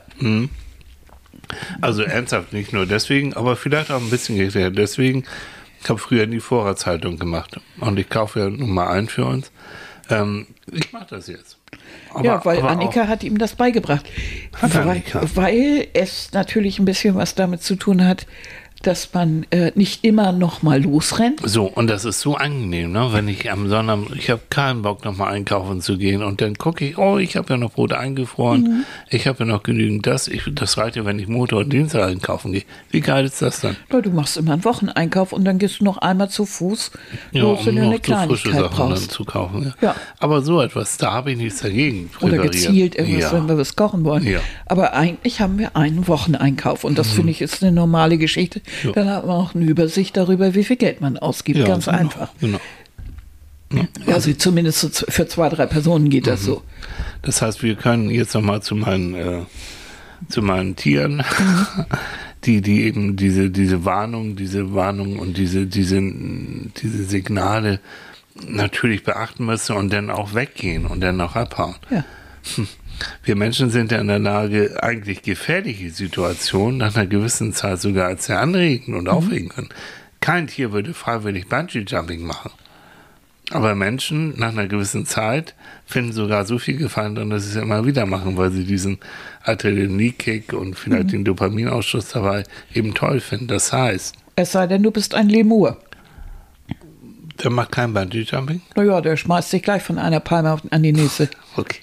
Also ernsthaft nicht nur deswegen, aber vielleicht auch ein bisschen geklärt. Deswegen, ich habe früher die Vorratshaltung gemacht und ich kaufe ja nun mal ein für uns. Ich mache das jetzt. Weil Annika hat ihm das beigebracht. Weil es natürlich ein bisschen was damit zu tun hat, dass man nicht immer noch mal losrennt. So, und das ist so angenehm, ne? Wenn ich am Sonnabend, ich habe keinen Bock, noch mal einkaufen zu gehen und dann gucke ich, ich habe ja noch Brote eingefroren, ich habe ja noch genügend das reicht ja, wenn ich Montag und Dienstag einkaufen gehe. Wie geil ist das dann? Ja, du machst immer einen Wocheneinkauf und dann gehst du noch einmal zu Fuß, um du noch eine so Kleinigkeit frische Sachen brauchst. dann zu kaufen. Ja. Aber so etwas, da habe ich nichts dagegen. Oder gezielt irgendwas, wenn wir was kochen wollen. Ja. Aber eigentlich haben wir einen Wocheneinkauf und das finde ich ist eine normale Geschichte. Ja. Dann hat man auch eine Übersicht darüber, wie viel Geld man ausgibt. Ganz einfach. Genau. Ja, also zumindest für 2, 3 Personen geht das so. Das heißt, wir können jetzt nochmal zu meinen Tieren. die eben diese Warnung und diese Signale natürlich beachten müssen und dann auch weggehen und dann noch abhauen. Ja. Wir Menschen sind ja in der Lage, eigentlich gefährliche Situationen nach einer gewissen Zeit sogar als sehr anregend und aufregend können. Kein Tier würde freiwillig Bungee-Jumping machen. Aber Menschen nach einer gewissen Zeit finden sogar so viel Gefallen daran, dass sie es immer wieder machen, weil sie diesen Adrenalinkick und vielleicht den Dopaminausschuss dabei eben toll finden. Das heißt... Es sei denn, du bist ein Lemur. Der macht kein Bungee-Jumping? Naja, der schmeißt sich gleich von einer Palme an die nächste. Okay.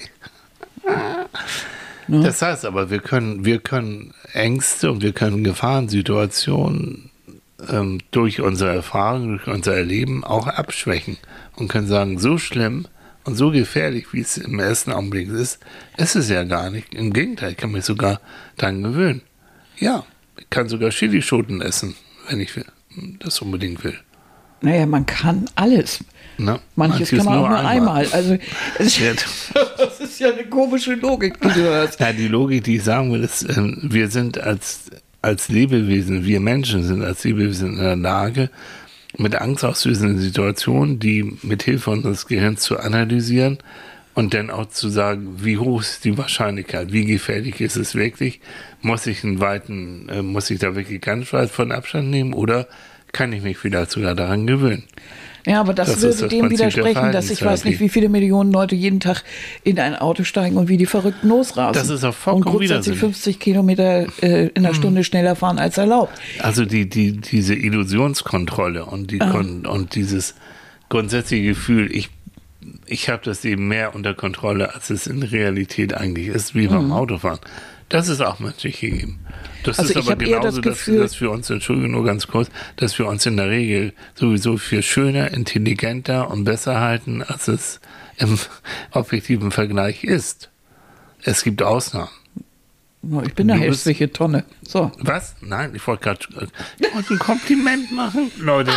Das heißt aber, wir können Ängste und wir können Gefahrensituationen durch unsere Erfahrung, durch unser Erleben auch abschwächen und können sagen, so schlimm und so gefährlich, wie es im ersten Augenblick ist es ja gar nicht. Im Gegenteil, ich kann mich sogar daran gewöhnen. Ja, ich kann sogar Chilischoten essen, wenn ich das unbedingt will. Naja, man kann alles. Na, manches kann man auch nur einmal. Also, das ist ja eine komische Logik, die du hast. Ja, die Logik, die ich sagen will, ist, wir sind als Lebewesen, wir Menschen sind als Lebewesen in der Lage, mit angstauslösenden Situationen, die mit Hilfe unseres Gehirns zu analysieren und dann auch zu sagen, wie hoch ist die Wahrscheinlichkeit, wie gefährlich ist es wirklich, muss ich da wirklich ganz weit von Abstand nehmen oder kann ich mich vielleicht sogar daran gewöhnen? Ja, aber das würde dem widersprechen, dass ich weiß nicht, wie viele Millionen Leute jeden Tag in ein Auto steigen und wie die Verrückten losrasen. Das ist auch vollkommen und grundsätzlich 50 Kilometer in der Stunde schneller fahren als erlaubt. Also diese Illusionskontrolle und dieses grundsätzliche Gefühl, ich habe das eben mehr unter Kontrolle, als es in Realität eigentlich ist, wie beim Autofahren. Das ist auch menschlich gegeben. Das ist aber genauso, dass wir uns, Entschuldigung, nur ganz kurz, dass wir uns in der Regel sowieso für schöner, intelligenter und besser halten, als es im objektiven Vergleich ist. Es gibt Ausnahmen. Ich bin eine hässliche Tonne. So. Was? Nein, ich wollte gerade ein Kompliment machen, Leute.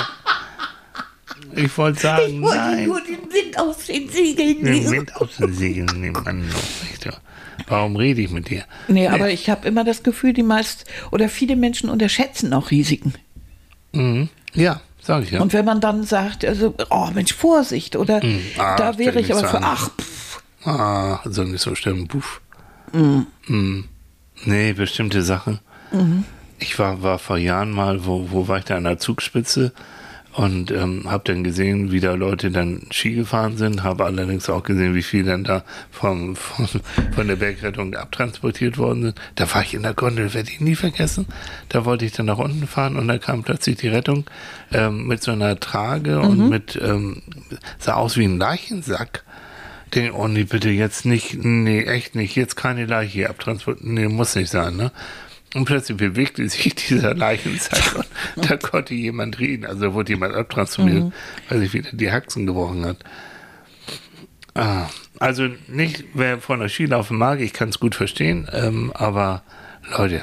Ich wollte sagen, ich wollte nur den Wind aus den Segeln nehmen. Den Wind aus den Segeln nehmen, Mann. Warum rede ich mit dir? Nee, aber ich habe immer das Gefühl, viele Menschen unterschätzen auch Risiken. Mhm. Ja, sage ich ja. Und wenn man dann sagt, also, oh Mensch, Vorsicht, oder da wäre ich aber für, soll nicht so stimmen, puff. Nee, bestimmte Sachen. Ich war vor Jahren mal, wo war ich da an der Zugspitze und habe dann gesehen, wie da Leute dann Ski gefahren sind, habe allerdings auch gesehen, wie viel dann da von der Bergrettung abtransportiert worden sind. Da war ich in der Gondel, werde ich nie vergessen. Da wollte ich dann nach unten fahren und da kam plötzlich die Rettung mit so einer Trage und sah aus wie ein Leichensack. Denke, oh nee, bitte jetzt nicht, nee, echt nicht, jetzt keine Leiche hier abtransportieren, nee, muss nicht sein, ne? Und plötzlich bewegte sich dieser Leichensack und da konnte jemand reden. Also da wurde jemand abtransportiert, weil sich wieder die Haxen gebrochen hat. Also nicht, wer von der Skilaufen mag, ich kann es gut verstehen, aber Leute,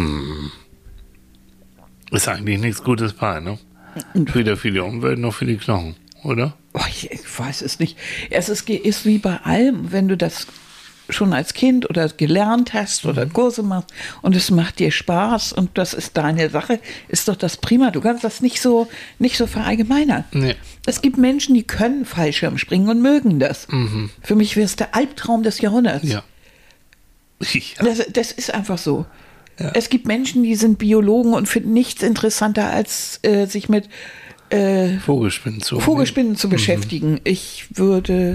ist eigentlich nichts Gutes bei, ne? Weder für die Umwelt noch für die Knochen, oder? Oh, ich weiß es nicht. Es ist wie bei allem, wenn du das schon als Kind oder gelernt hast oder Kurse machst und es macht dir Spaß und das ist deine Sache, ist doch das prima. Du kannst das nicht so verallgemeinern. Nee. Es gibt Menschen, die können Fallschirm springen und mögen das. Für mich wäre es der Albtraum des Jahrhunderts. Ja. Das ist einfach so. Ja. Es gibt Menschen, die sind Biologen und finden nichts interessanter, als sich mit Vogelspinnen zu beschäftigen. Ich würde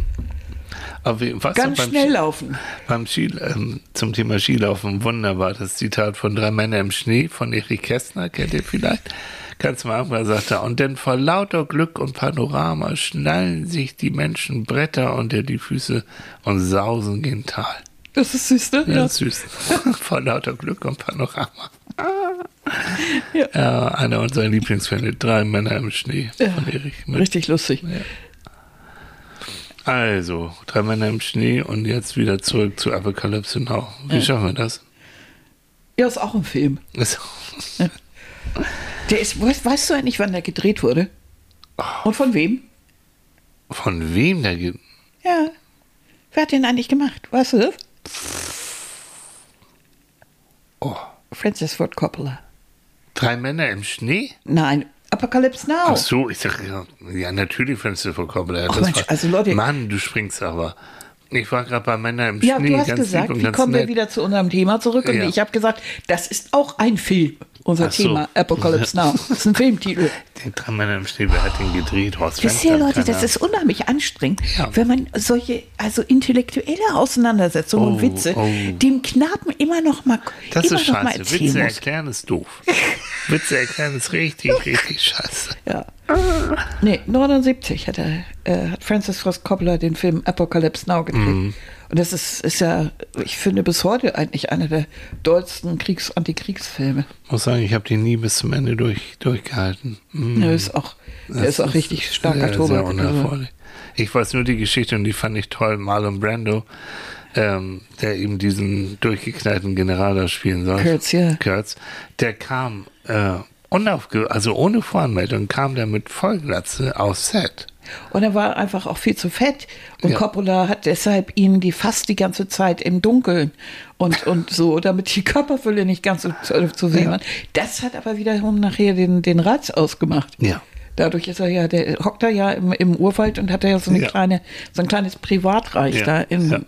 ganz schnell laufen. Zum Thema Skilaufen, wunderbar, das Zitat von 3 Männer im Schnee von Erich Kästner, kennt ihr vielleicht? Ganz am Anfang sagt er, und denn vor lauter Glück und Panorama schnallen sich die Menschen Bretter unter die Füße und sausen gen Tal. Das ist süß, ne? Ja, süß. Vor lauter Glück und Panorama. Ja, einer unserer Lieblingsfilme, 3 Männer im Schnee von Erich. Richtig lustig. Ja. Also, 3 Männer im Schnee und jetzt wieder zurück zu Apocalypse Now. Wie schaffen wir das? Ja, ist auch ein Film. Ja. Der ist, weißt du eigentlich, wann der gedreht wurde? Und von wem? Von wem der Ja. Wer hat den eigentlich gemacht? Weißt du das? Francis Ford Coppola. 3 Männer im Schnee? Nein, Apocalypse Now. Ach so, ich sag ja natürlich Francis Ford Coppola. Ach Mensch, also Leute. Mann, du springst aber. Ich war gerade bei Männer im Ja, Schnee. du hast ganz gesagt, lieb und wie ganz kommen wir nett. wieder zu unserem Thema zurück? Und Ja. ich habe gesagt, das ist auch ein Film, unser Ach so. Thema, Apocalypse Now. Das ist ein Filmtitel. Den 3 Männer im Schnee, wer hat den gedreht? Horst Wisst ihr, Fenster, Leute, keine das ist unheimlich anstrengend, Ja. wenn man solche, also intellektuelle Auseinandersetzungen und Witze dem Knaben immer noch mal Das immer ist noch mal scheiße. erzählen Witze muss. erklären ist doof. Witze erklären ist richtig scheiße. Ja. Nee, 79 hat Francis Ford Coppola den Film Apocalypse Now gedreht. Und das ist ja, ich finde, bis heute eigentlich einer der dollsten Antikriegsfilme. Ich muss sagen, ich habe den nie bis zum Ende durchgehalten. Der ist auch richtig starker sehr, Tobak. sehr unerfreulich. Ich weiß nur die Geschichte und die fand ich toll. Marlon Brando, der eben diesen durchgeknallten General da spielen soll. Kurtz, ja. Kurtz, der kam also ohne Voranmeldung, kam der mit Vollglatze aufs Set. Und er war einfach auch viel zu fett. Und Ja. Coppola hat deshalb ihn fast die ganze Zeit im Dunkeln und so, damit die Körperfülle nicht ganz so zu sehen war. Das hat aber wiederum nachher den Reiz ausgemacht. Ja. Dadurch ist er ja, der hockt da ja im Urwald und hat ja so Ja. so ein kleines Privatreich Ja. da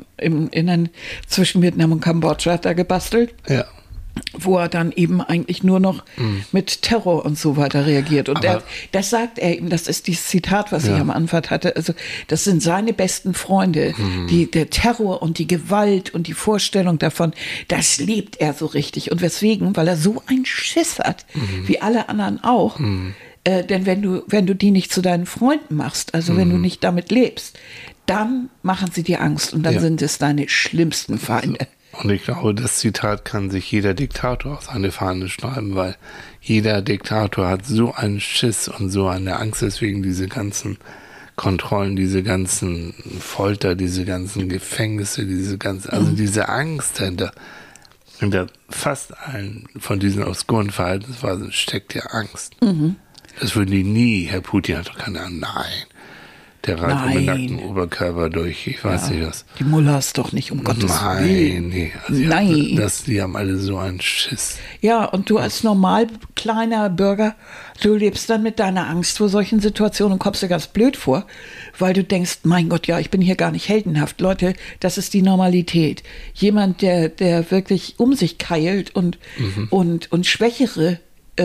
zwischen Vietnam und Kambodscha hat er gebastelt. Ja. Wo er dann eben eigentlich nur noch mit Terror und so weiter reagiert. Und Aber- das sagt er eben, das ist dieses Zitat, was ich Ja. am Anfang hatte, also das sind seine besten Freunde. Der Terror und die Gewalt und die Vorstellung davon, das lebt er so richtig. Und weswegen? Weil er so einen Schiss hat, wie alle anderen auch. Denn wenn du die nicht zu deinen Freunden machst, also wenn du nicht damit lebst, dann machen sie dir Angst und dann Ja. sind es deine schlimmsten Feinde. Und ich glaube, das Zitat kann sich jeder Diktator auf seine Fahne schreiben, weil jeder Diktator hat so einen Schiss und so eine Angst, deswegen diese ganzen Kontrollen, diese ganzen Folter, diese ganzen Gefängnisse, also diese Angst hinter fast allen von diesen obskuren Verhaltensweisen steckt ja Angst. Das würden die nie, Herr Putin hat doch keine Ahnung, nein. Der reitet mit Nein. nacktem Oberkörper durch, ich weiß nicht was. Die Mullahs doch nicht, um Gottes Willen. Nein, nee. Also Nein. Die haben alle so einen Schiss. Ja, und du als normal kleiner Bürger, du lebst dann mit deiner Angst vor solchen Situationen und kommst dir ganz blöd vor, weil du denkst, mein Gott, ja, ich bin hier gar nicht heldenhaft. Leute, das ist die Normalität. Jemand, der wirklich um sich keilt und Schwächere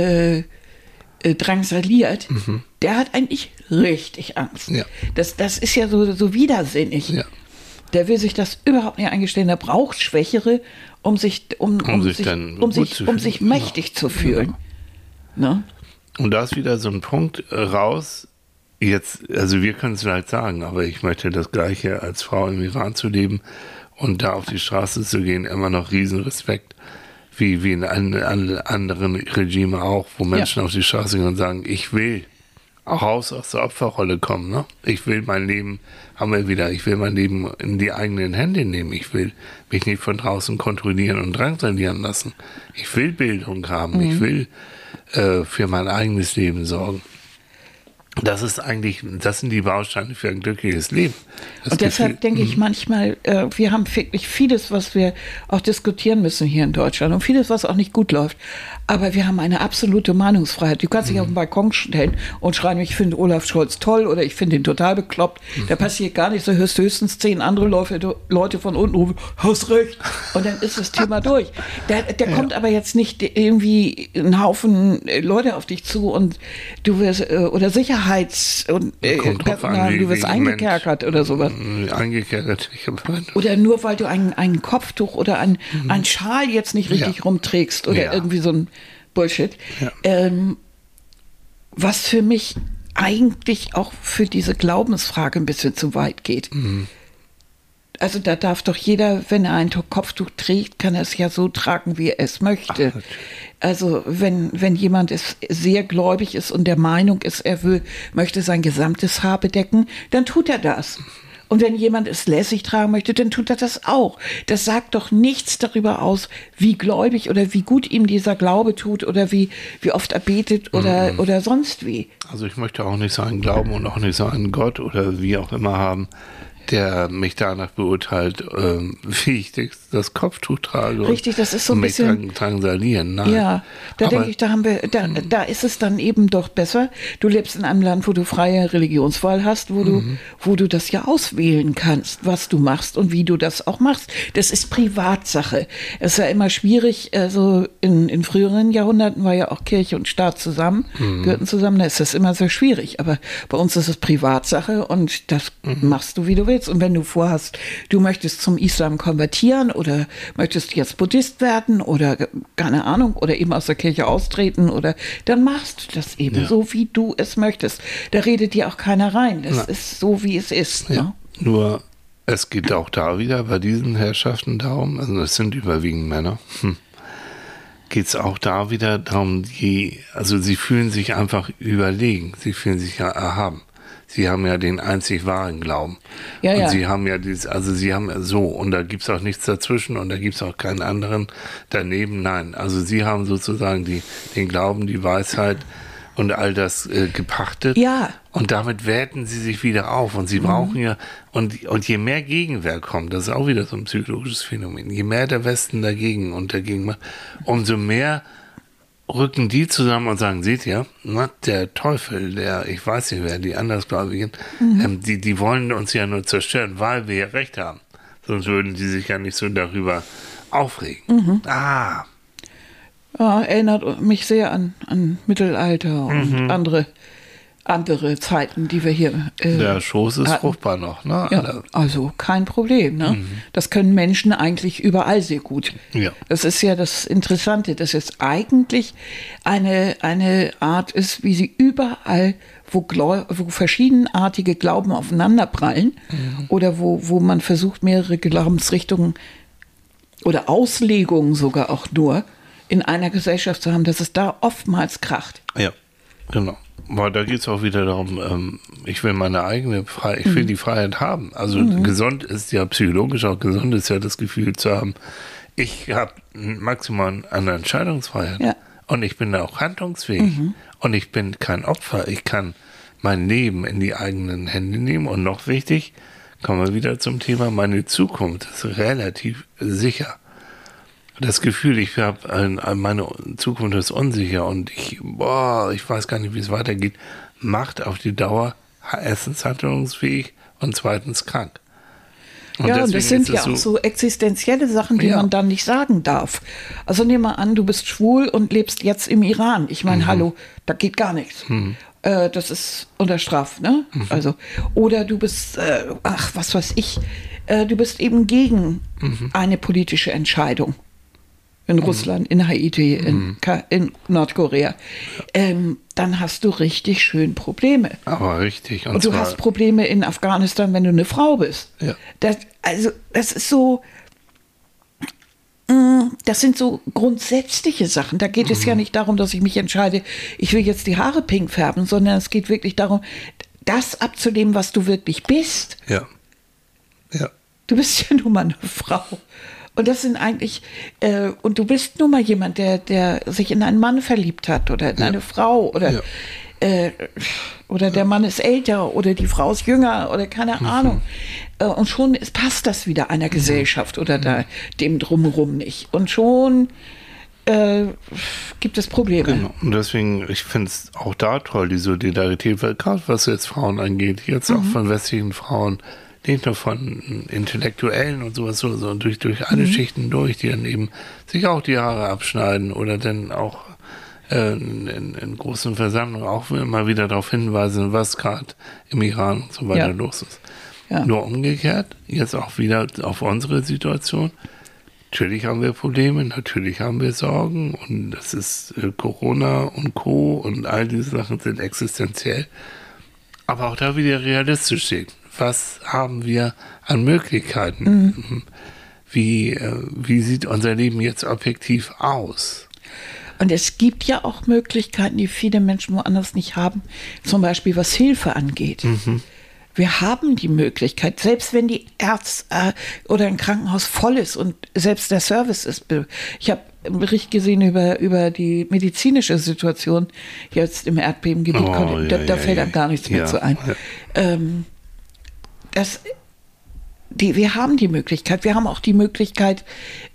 drangsaliert, der hat eigentlich richtig Angst. Ja. Das ist ja so widersinnig. Ja. Der will sich das überhaupt nicht eingestehen. Der braucht Schwächere, um sich mächtig zu fühlen. Ne? Und da ist wieder so ein Punkt raus. Jetzt, also wir können es vielleicht sagen, aber ich möchte das Gleiche als Frau im Iran zu leben und da auf die Straße zu gehen, immer noch Riesenrespekt. Wie in anderen Regime auch, wo Menschen auf die Straße gehen und sagen, ich will auch aus der Opferrolle kommen. Ne? Ich will mein Leben, ich will mein Leben in die eigenen Hände nehmen. Ich will mich nicht von draußen kontrollieren und drangsalieren lassen. Ich will Bildung haben. Ich will für mein eigenes Leben sorgen. Das sind die Bausteine für ein glückliches Leben. Das Und deshalb Gefühl- denke ich manchmal, wir haben wirklich vieles, was wir auch diskutieren müssen hier in Deutschland und vieles, was auch nicht gut läuft. Aber wir haben eine absolute Meinungsfreiheit. Du kannst dich auf den Balkon stellen und schreien, ich finde Olaf Scholz toll oder ich finde ihn total bekloppt. Da passiert gar nichts. Da hörst du höchstens 10 andere Leute von unten rufen, hast recht. Und dann ist das Thema durch. Da kommt aber jetzt nicht irgendwie ein Haufen Leute auf dich zu und du wirst, oder Sicherheits- und Kommt drauf an, Personal, du wirst wie eingekerkert oder sowas. Eingekerkert. Oder nur weil du ein Kopftuch oder ein Schal jetzt nicht richtig rumträgst oder Ja. irgendwie so ein Bullshit. Ja. Was für mich eigentlich auch für diese Glaubensfrage ein bisschen zu weit geht. Also da darf doch jeder, wenn er ein Kopftuch trägt, kann er es ja so tragen, wie er es möchte. Also wenn jemand sehr gläubig ist und der Meinung ist, er möchte sein gesamtes Haar bedecken, dann tut er das. Und wenn jemand es lässig tragen möchte, dann tut er das auch. Das sagt doch nichts darüber aus, wie gläubig oder wie gut ihm dieser Glaube tut oder wie oft er betet oder sonst wie. Also ich möchte auch nicht so einen Glauben und auch nicht so einen Gott oder wie auch immer haben. der mich danach beurteilt, wie ich das Kopftuch trage. Richtig, das ist so ein bisschen drangsalieren. Nein. Ja, da denke ich, da ist es dann eben doch besser. Du lebst in einem Land, wo du freie Religionswahl hast, wo du das ja auswählen kannst, was du machst und wie du das auch machst. Das ist Privatsache. Es ist ja immer schwierig, also in früheren Jahrhunderten war ja auch Kirche und Staat zusammen, gehörten zusammen, da ist das immer sehr schwierig. Aber bei uns ist es Privatsache und das machst du, wie du willst. Und wenn du vorhast, du möchtest zum Islam konvertieren oder möchtest jetzt Buddhist werden oder keine Ahnung oder eben aus der Kirche austreten oder dann machst du das eben so, wie du es möchtest. Da redet dir auch keiner rein. Das ist so, wie es ist. Ja. Ne? Nur, es geht auch da wieder bei diesen Herrschaften darum, also es sind überwiegend Männer, geht es auch da wieder darum, also sie fühlen sich einfach überlegen, sie fühlen sich ja erhaben. Sie haben ja den einzig wahren Glauben. Ja, und sie haben ja sie haben so, und da gibt es auch nichts dazwischen und da gibt es auch keinen anderen daneben. Nein, also sie haben sozusagen den Glauben, die Weisheit und all das gepachtet. Ja. Und damit werten sie sich wieder auf. Und sie brauchen ja, und je mehr Gegenwehr kommt, das ist auch wieder so ein psychologisches Phänomen, je mehr der Westen dagegen macht, umso mehr rücken die zusammen und sagen, seht ihr, der Teufel, ich weiß nicht wer, die Andersgläubigen, die wollen uns ja nur zerstören, weil wir ja Recht haben. Sonst würden die sich ja nicht so darüber aufregen. Ja, erinnert mich sehr an Mittelalter und andere Zeiten, die wir hier der Schoß ist fruchtbar noch, ne? Ja, also kein Problem, ne? Das können Menschen eigentlich überall sehr gut. Ja. Das ist ja das Interessante, dass es eigentlich eine Art ist, wie sie überall, wo verschiedenartige Glauben aufeinanderprallen oder wo man versucht, mehrere Glaubensrichtungen oder Auslegungen sogar auch nur in einer Gesellschaft zu haben, dass es da oftmals kracht. Ja, genau. Weil da geht es auch wieder darum, ich will meine eigene Freiheit, ich will die Freiheit haben. Also gesund ist ja psychologisch auch gesund ist ja das Gefühl zu haben, ich habe maximal eine Entscheidungsfreiheit und ich bin da auch handlungsfähig und ich bin kein Opfer. Ich kann mein Leben in die eigenen Hände nehmen und noch wichtig, kommen wir wieder zum Thema, meine Zukunft ist relativ sicher. Das Gefühl, ich habe meine Zukunft ist unsicher und ich weiß gar nicht, wie es weitergeht, macht auf die Dauer erstens handlungsfähig und zweitens krank. Und das sind ja auch so existenzielle Sachen, die man dann nicht sagen darf. Also nehmen wir an, du bist schwul und lebst jetzt im Iran. Ich meine, hallo, da geht gar nichts. Das ist unter Strafe, ne? Also, oder du bist, was weiß ich, du bist eben gegen eine politische Entscheidung. In Russland, in Haiti, in Nordkorea, dann hast du richtig schön Probleme. Aber richtig. Und du hast Probleme in Afghanistan, wenn du eine Frau bist. Ja. Das ist so, das sind so grundsätzliche Sachen. Da geht es ja nicht darum, dass ich mich entscheide, ich will jetzt die Haare pink färben, sondern es geht wirklich darum, das abzunehmen, was du wirklich bist. Ja. Ja. Du bist ja nun mal eine Frau. Und das sind eigentlich, und du bist nun mal jemand, der sich in einen Mann verliebt hat oder in eine Frau oder der Mann ist älter oder die Frau ist jünger oder keine Ahnung. Und schon passt das wieder einer Gesellschaft oder dem Drumherum nicht. Und schon gibt es Probleme. Genau. Und deswegen, ich finde es auch da toll, die Solidarität, gerade was jetzt Frauen angeht, jetzt auch von westlichen Frauen, nicht nur von Intellektuellen und sowas, sondern durch alle Schichten durch, die dann eben sich auch die Haare abschneiden oder dann auch in großen Versammlungen auch immer wieder darauf hinweisen, was gerade im Iran und so weiter los ist. Ja. Nur umgekehrt, jetzt auch wieder auf unsere Situation. Natürlich haben wir Probleme, natürlich haben wir Sorgen und das ist Corona und Co. und all diese Sachen sind existenziell. Aber auch da wieder realistisch sehen. Was haben wir an Möglichkeiten? Wie sieht unser Leben jetzt objektiv aus? Und es gibt ja auch Möglichkeiten, die viele Menschen woanders nicht haben, zum Beispiel was Hilfe angeht. Wir haben die Möglichkeit, selbst wenn die Ärzte oder ein Krankenhaus voll ist und selbst der Service ist. Ich habe einen Bericht gesehen über die medizinische Situation jetzt im Erdbebengebiet. Da fällt einem gar nichts mehr zu ein. wir haben die Möglichkeit. Wir haben auch die Möglichkeit,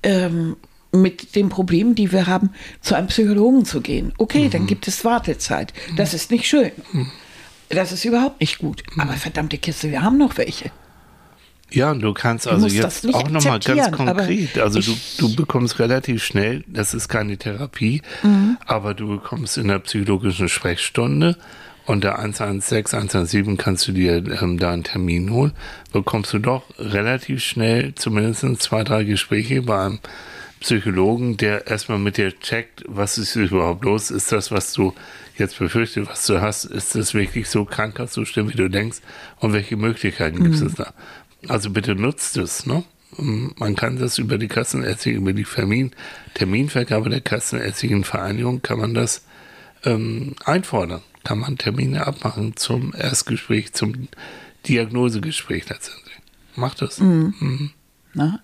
mit den Problemen, die wir haben, zu einem Psychologen zu gehen. Okay, dann gibt es Wartezeit. Das ist nicht schön. Das ist überhaupt nicht gut. Aber verdammte Kiste, wir haben noch welche. Ja, und du kannst also jetzt auch nochmal ganz konkret, also du bekommst relativ schnell, das ist keine Therapie, aber du bekommst in der psychologischen Sprechstunde unter 116, 117 kannst du dir da einen Termin holen, bekommst du doch relativ schnell zumindest 2, 3 Gespräche bei einem Psychologen, der erstmal mit dir checkt, was ist überhaupt los, ist das, was du jetzt befürchtest, was du hast, ist das wirklich so krankheitszustimmend, wie du denkst und welche Möglichkeiten gibt es da? Also bitte nutzt es, ne? Man kann das über die Kassenärztliche, über die Terminvergabe der Kassenärztlichen Vereinigung kann man das einfordern. Kann man Termine abmachen zum Erstgespräch, zum Diagnosegespräch letztendlich. Macht das. Na?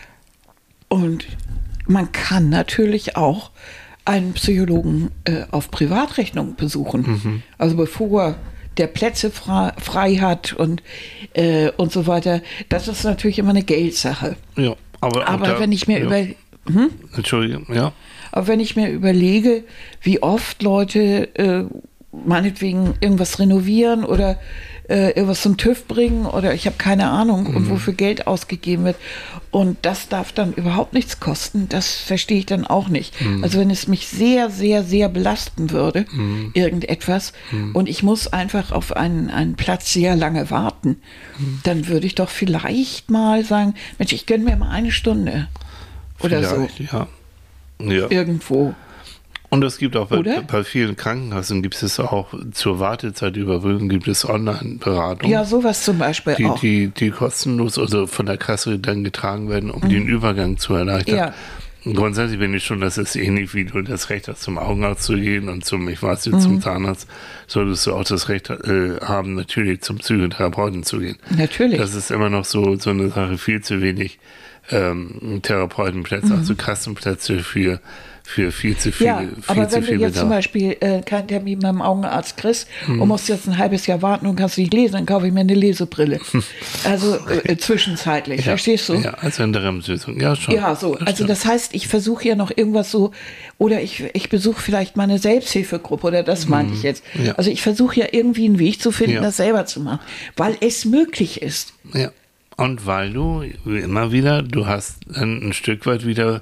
Und man kann natürlich auch einen Psychologen auf Privatrechnung besuchen. Also bevor der Plätze frei hat und so weiter. Das ist natürlich immer eine Geldsache. Ja, aber wenn ich mir Entschuldigung, ja. Aber wenn ich mir überlege, wie oft Leute meinetwegen irgendwas renovieren oder irgendwas zum TÜV bringen oder ich habe keine Ahnung und wofür Geld ausgegeben wird und das darf dann überhaupt nichts kosten, das verstehe ich dann auch nicht. Also wenn es mich sehr, sehr, sehr belasten würde, irgendetwas und ich muss einfach auf einen Platz sehr lange warten, dann würde ich doch vielleicht mal sagen, Mensch, ich gönne mir mal eine Stunde oder vielleicht, so. Ja. Irgendwo. Und es gibt auch bei vielen Krankenkassen gibt es auch zur Wartezeitüberbrückung gibt es Online-Beratung. Ja, sowas zum Beispiel auch. Die kostenlos, also von der Kasse dann getragen werden, um den Übergang zu erleichtern. Ja. Grundsätzlich bin ich schon, das ist ähnlich wie du das Recht hast, zum Augenarzt zu gehen und zum Zahnarzt, solltest du auch das Recht haben, natürlich zum Psychotherapeuten zu gehen. Natürlich. Das ist immer noch so eine Sache, viel zu wenig Therapeutenplätze, also Kassenplätze für viel zu viele. Ja, aber wenn du jetzt zum Beispiel keinen Termin beim Augenarzt kriegst und musst jetzt ein halbes Jahr warten und kannst nicht lesen, dann kaufe ich mir eine Lesebrille. Also zwischenzeitlich, verstehst du? Ja, also in der REM-Lösung, ja schon. Ja, so. Also das heißt, ich versuche ja noch irgendwas so, oder ich besuche vielleicht mal eine Selbsthilfegruppe, oder das meinte ich jetzt. Ja. Also ich versuche ja irgendwie einen Weg zu finden, das selber zu machen, weil es möglich ist. Ja, und weil du immer wieder, du hast ein Stück weit wieder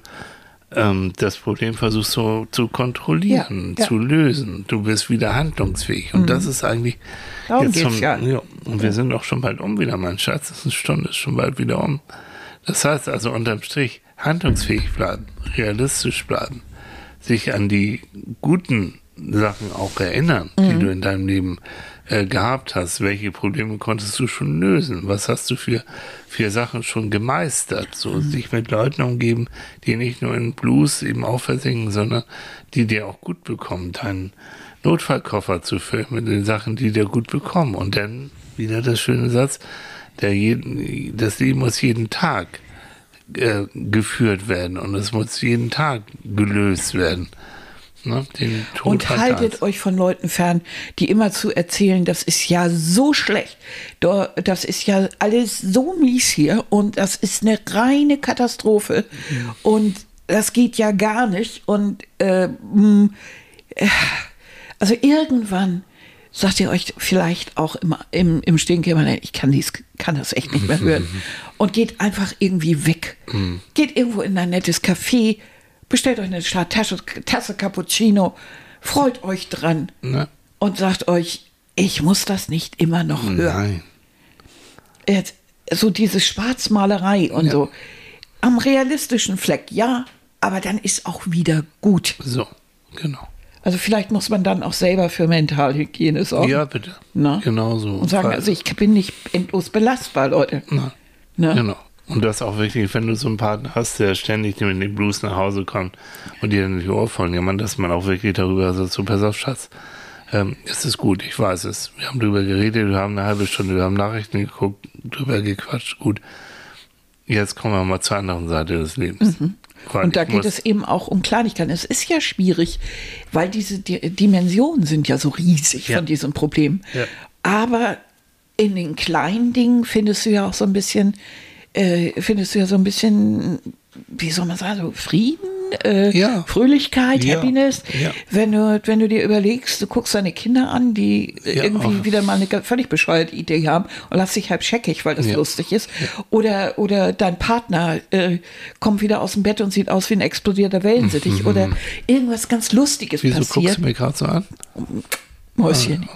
das Problem versuchst so zu kontrollieren, zu lösen. Du bist wieder handlungsfähig. Und das ist eigentlich Darum jetzt geht's ja. Und wir sind auch schon bald wieder, mein Schatz. Das ist eine Stunde, ist schon bald wieder um. Das heißt also unterm Strich handlungsfähig bleiben, realistisch bleiben, sich an die guten Sachen auch erinnern, die du in deinem Leben gehabt hast. Welche Probleme konntest du schon lösen? Was hast du für Sachen schon gemeistert? So sich mit Leuten umgeben, die nicht nur in Blues eben auch versinken, sondern die dir auch gut bekommen. Deinen Notfallkoffer zu füllen mit den Sachen, die dir gut bekommen. Und dann wieder der schöne Satz, das Leben muss jeden Tag geführt werden und es muss jeden Tag gelöst werden. Ne, und haltet euch von Leuten fern, die immer zu erzählen, das ist ja so schlecht, das ist ja alles so mies hier und das ist eine reine Katastrophe und das geht ja gar nicht und also irgendwann sagt ihr euch vielleicht auch immer im Stinkämmerlein, ich kann das echt nicht mehr hören und geht einfach irgendwie weg, geht irgendwo in ein nettes Café, bestellt euch eine Tasse Cappuccino, freut euch dran und sagt euch, ich muss das nicht immer noch hören. Nein. So diese Schwarzmalerei und so. Am realistischen Fleck, ja, aber dann ist auch wieder gut. So, genau. Also vielleicht muss man dann auch selber für Mentalhygiene sorgen. Ja, bitte. Genau so. Und sagen, also ich bin nicht endlos belastbar, Leute. Genau. Und das auch wirklich, wenn du so einen Partner hast, der ständig mit dem Blues nach Hause kommt und dir dann die Ohr voll jammern, dass man auch wirklich darüber so pass auf, Schatz, es ist gut, ich weiß es. Wir haben drüber geredet, wir haben eine halbe Stunde, wir haben Nachrichten geguckt, drüber gequatscht, gut. Jetzt kommen wir mal zur anderen Seite des Lebens. Und da geht es eben auch um Kleinigkeiten. Es ist ja schwierig, weil diese Dimensionen sind ja so riesig von diesem Problem. Ja. Aber in den kleinen Dingen findest du ja auch so ein bisschen findest du ja so ein bisschen, wie soll man sagen, so Frieden, Ja. Fröhlichkeit, Ja. Happiness. Ja. Wenn du dir überlegst, du guckst deine Kinder an, die irgendwie wieder mal eine völlig bescheuerte Idee haben und lass dich halb scheckig, weil das lustig ist. Oder dein Partner kommt wieder aus dem Bett und sieht aus wie ein explodierter Wellensittich oder irgendwas ganz Lustiges Wieso passiert. guckst du mir gerade so an? Mäuschen.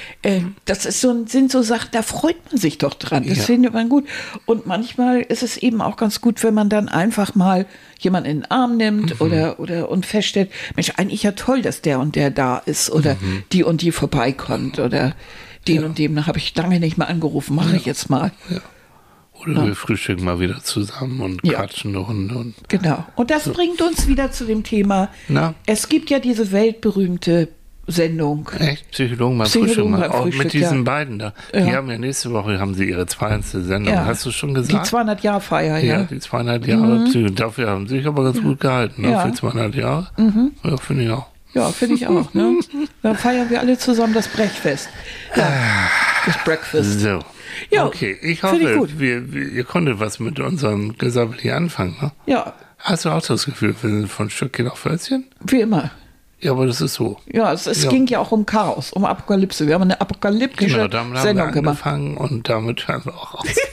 Das sind so Sachen, da freut man sich doch dran. Das findet man gut. Und manchmal ist es eben auch ganz gut, wenn man dann einfach mal jemanden in den Arm nimmt oder und feststellt, Mensch, eigentlich ja toll, dass der und der da ist oder die und die vorbeikommt oder den und dem habe ich lange nicht mehr angerufen, mache ich jetzt mal. Ja. Oder wir frühstücken mal wieder zusammen und quatschen eine Runde. Und genau. Und das bringt uns wieder zu dem Thema, es gibt ja diese weltberühmte Sendung. Echt? Psychologen beim Frühstück. Auch mit diesen beiden da. Die haben ja nächste Woche haben sie ihre 200. Sendung. Ja. Hast du schon gesagt? Die 200-Jahr-Feier, ja. Die 200 Jahre Psychologen. Dafür haben sie sich aber ganz gut gehalten. Ne? Für 200 Jahre. Ja, finde ich auch. Ja, finde ich auch. Ne? Dann feiern wir alle zusammen das Brechfest. Ja, das Breakfast. So. Ja, okay, ich hoffe, ihr konntet was mit unserem Gesabbel hier anfangen. Ne? Ja. Hast du auch das Gefühl, wir sind von Stückchen auf Hölzchen? Wie immer. Ja, aber das ist so. Ja, es ging ja auch um Chaos, um Apokalypse. Wir haben eine apokalyptische Sendung gemacht. Und damit hören wir auch aus.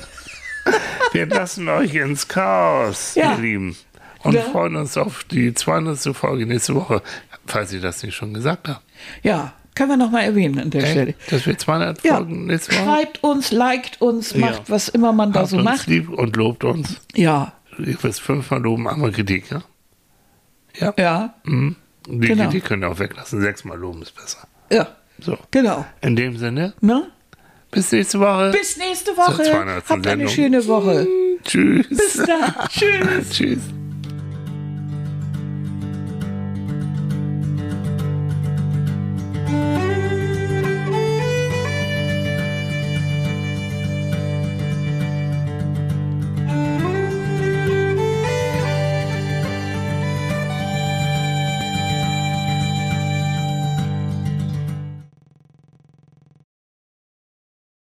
Wir lassen euch ins Chaos, ihr Lieben. Und freuen uns auf die 200. Folge nächste Woche, falls ich das nicht schon gesagt habe. Ja, können wir noch mal erwähnen an der Stelle. Dass wir 200 Folgen nächste Woche. Schreibt uns, liked uns, macht was immer man da so macht. Uns lieb und lobt uns. Ja. Ich will 5-mal loben, einmal Kritik, ja? Ja. Ja. Mhm. Die Kritik könnt ihr auch weglassen. 6-mal loben ist besser. Ja. So. Genau. In dem Sinne. Ne? Bis nächste Woche. Bis nächste Woche. Habt eine schöne Woche. Tschüss. Bis dann. Tschüss. Tschüss.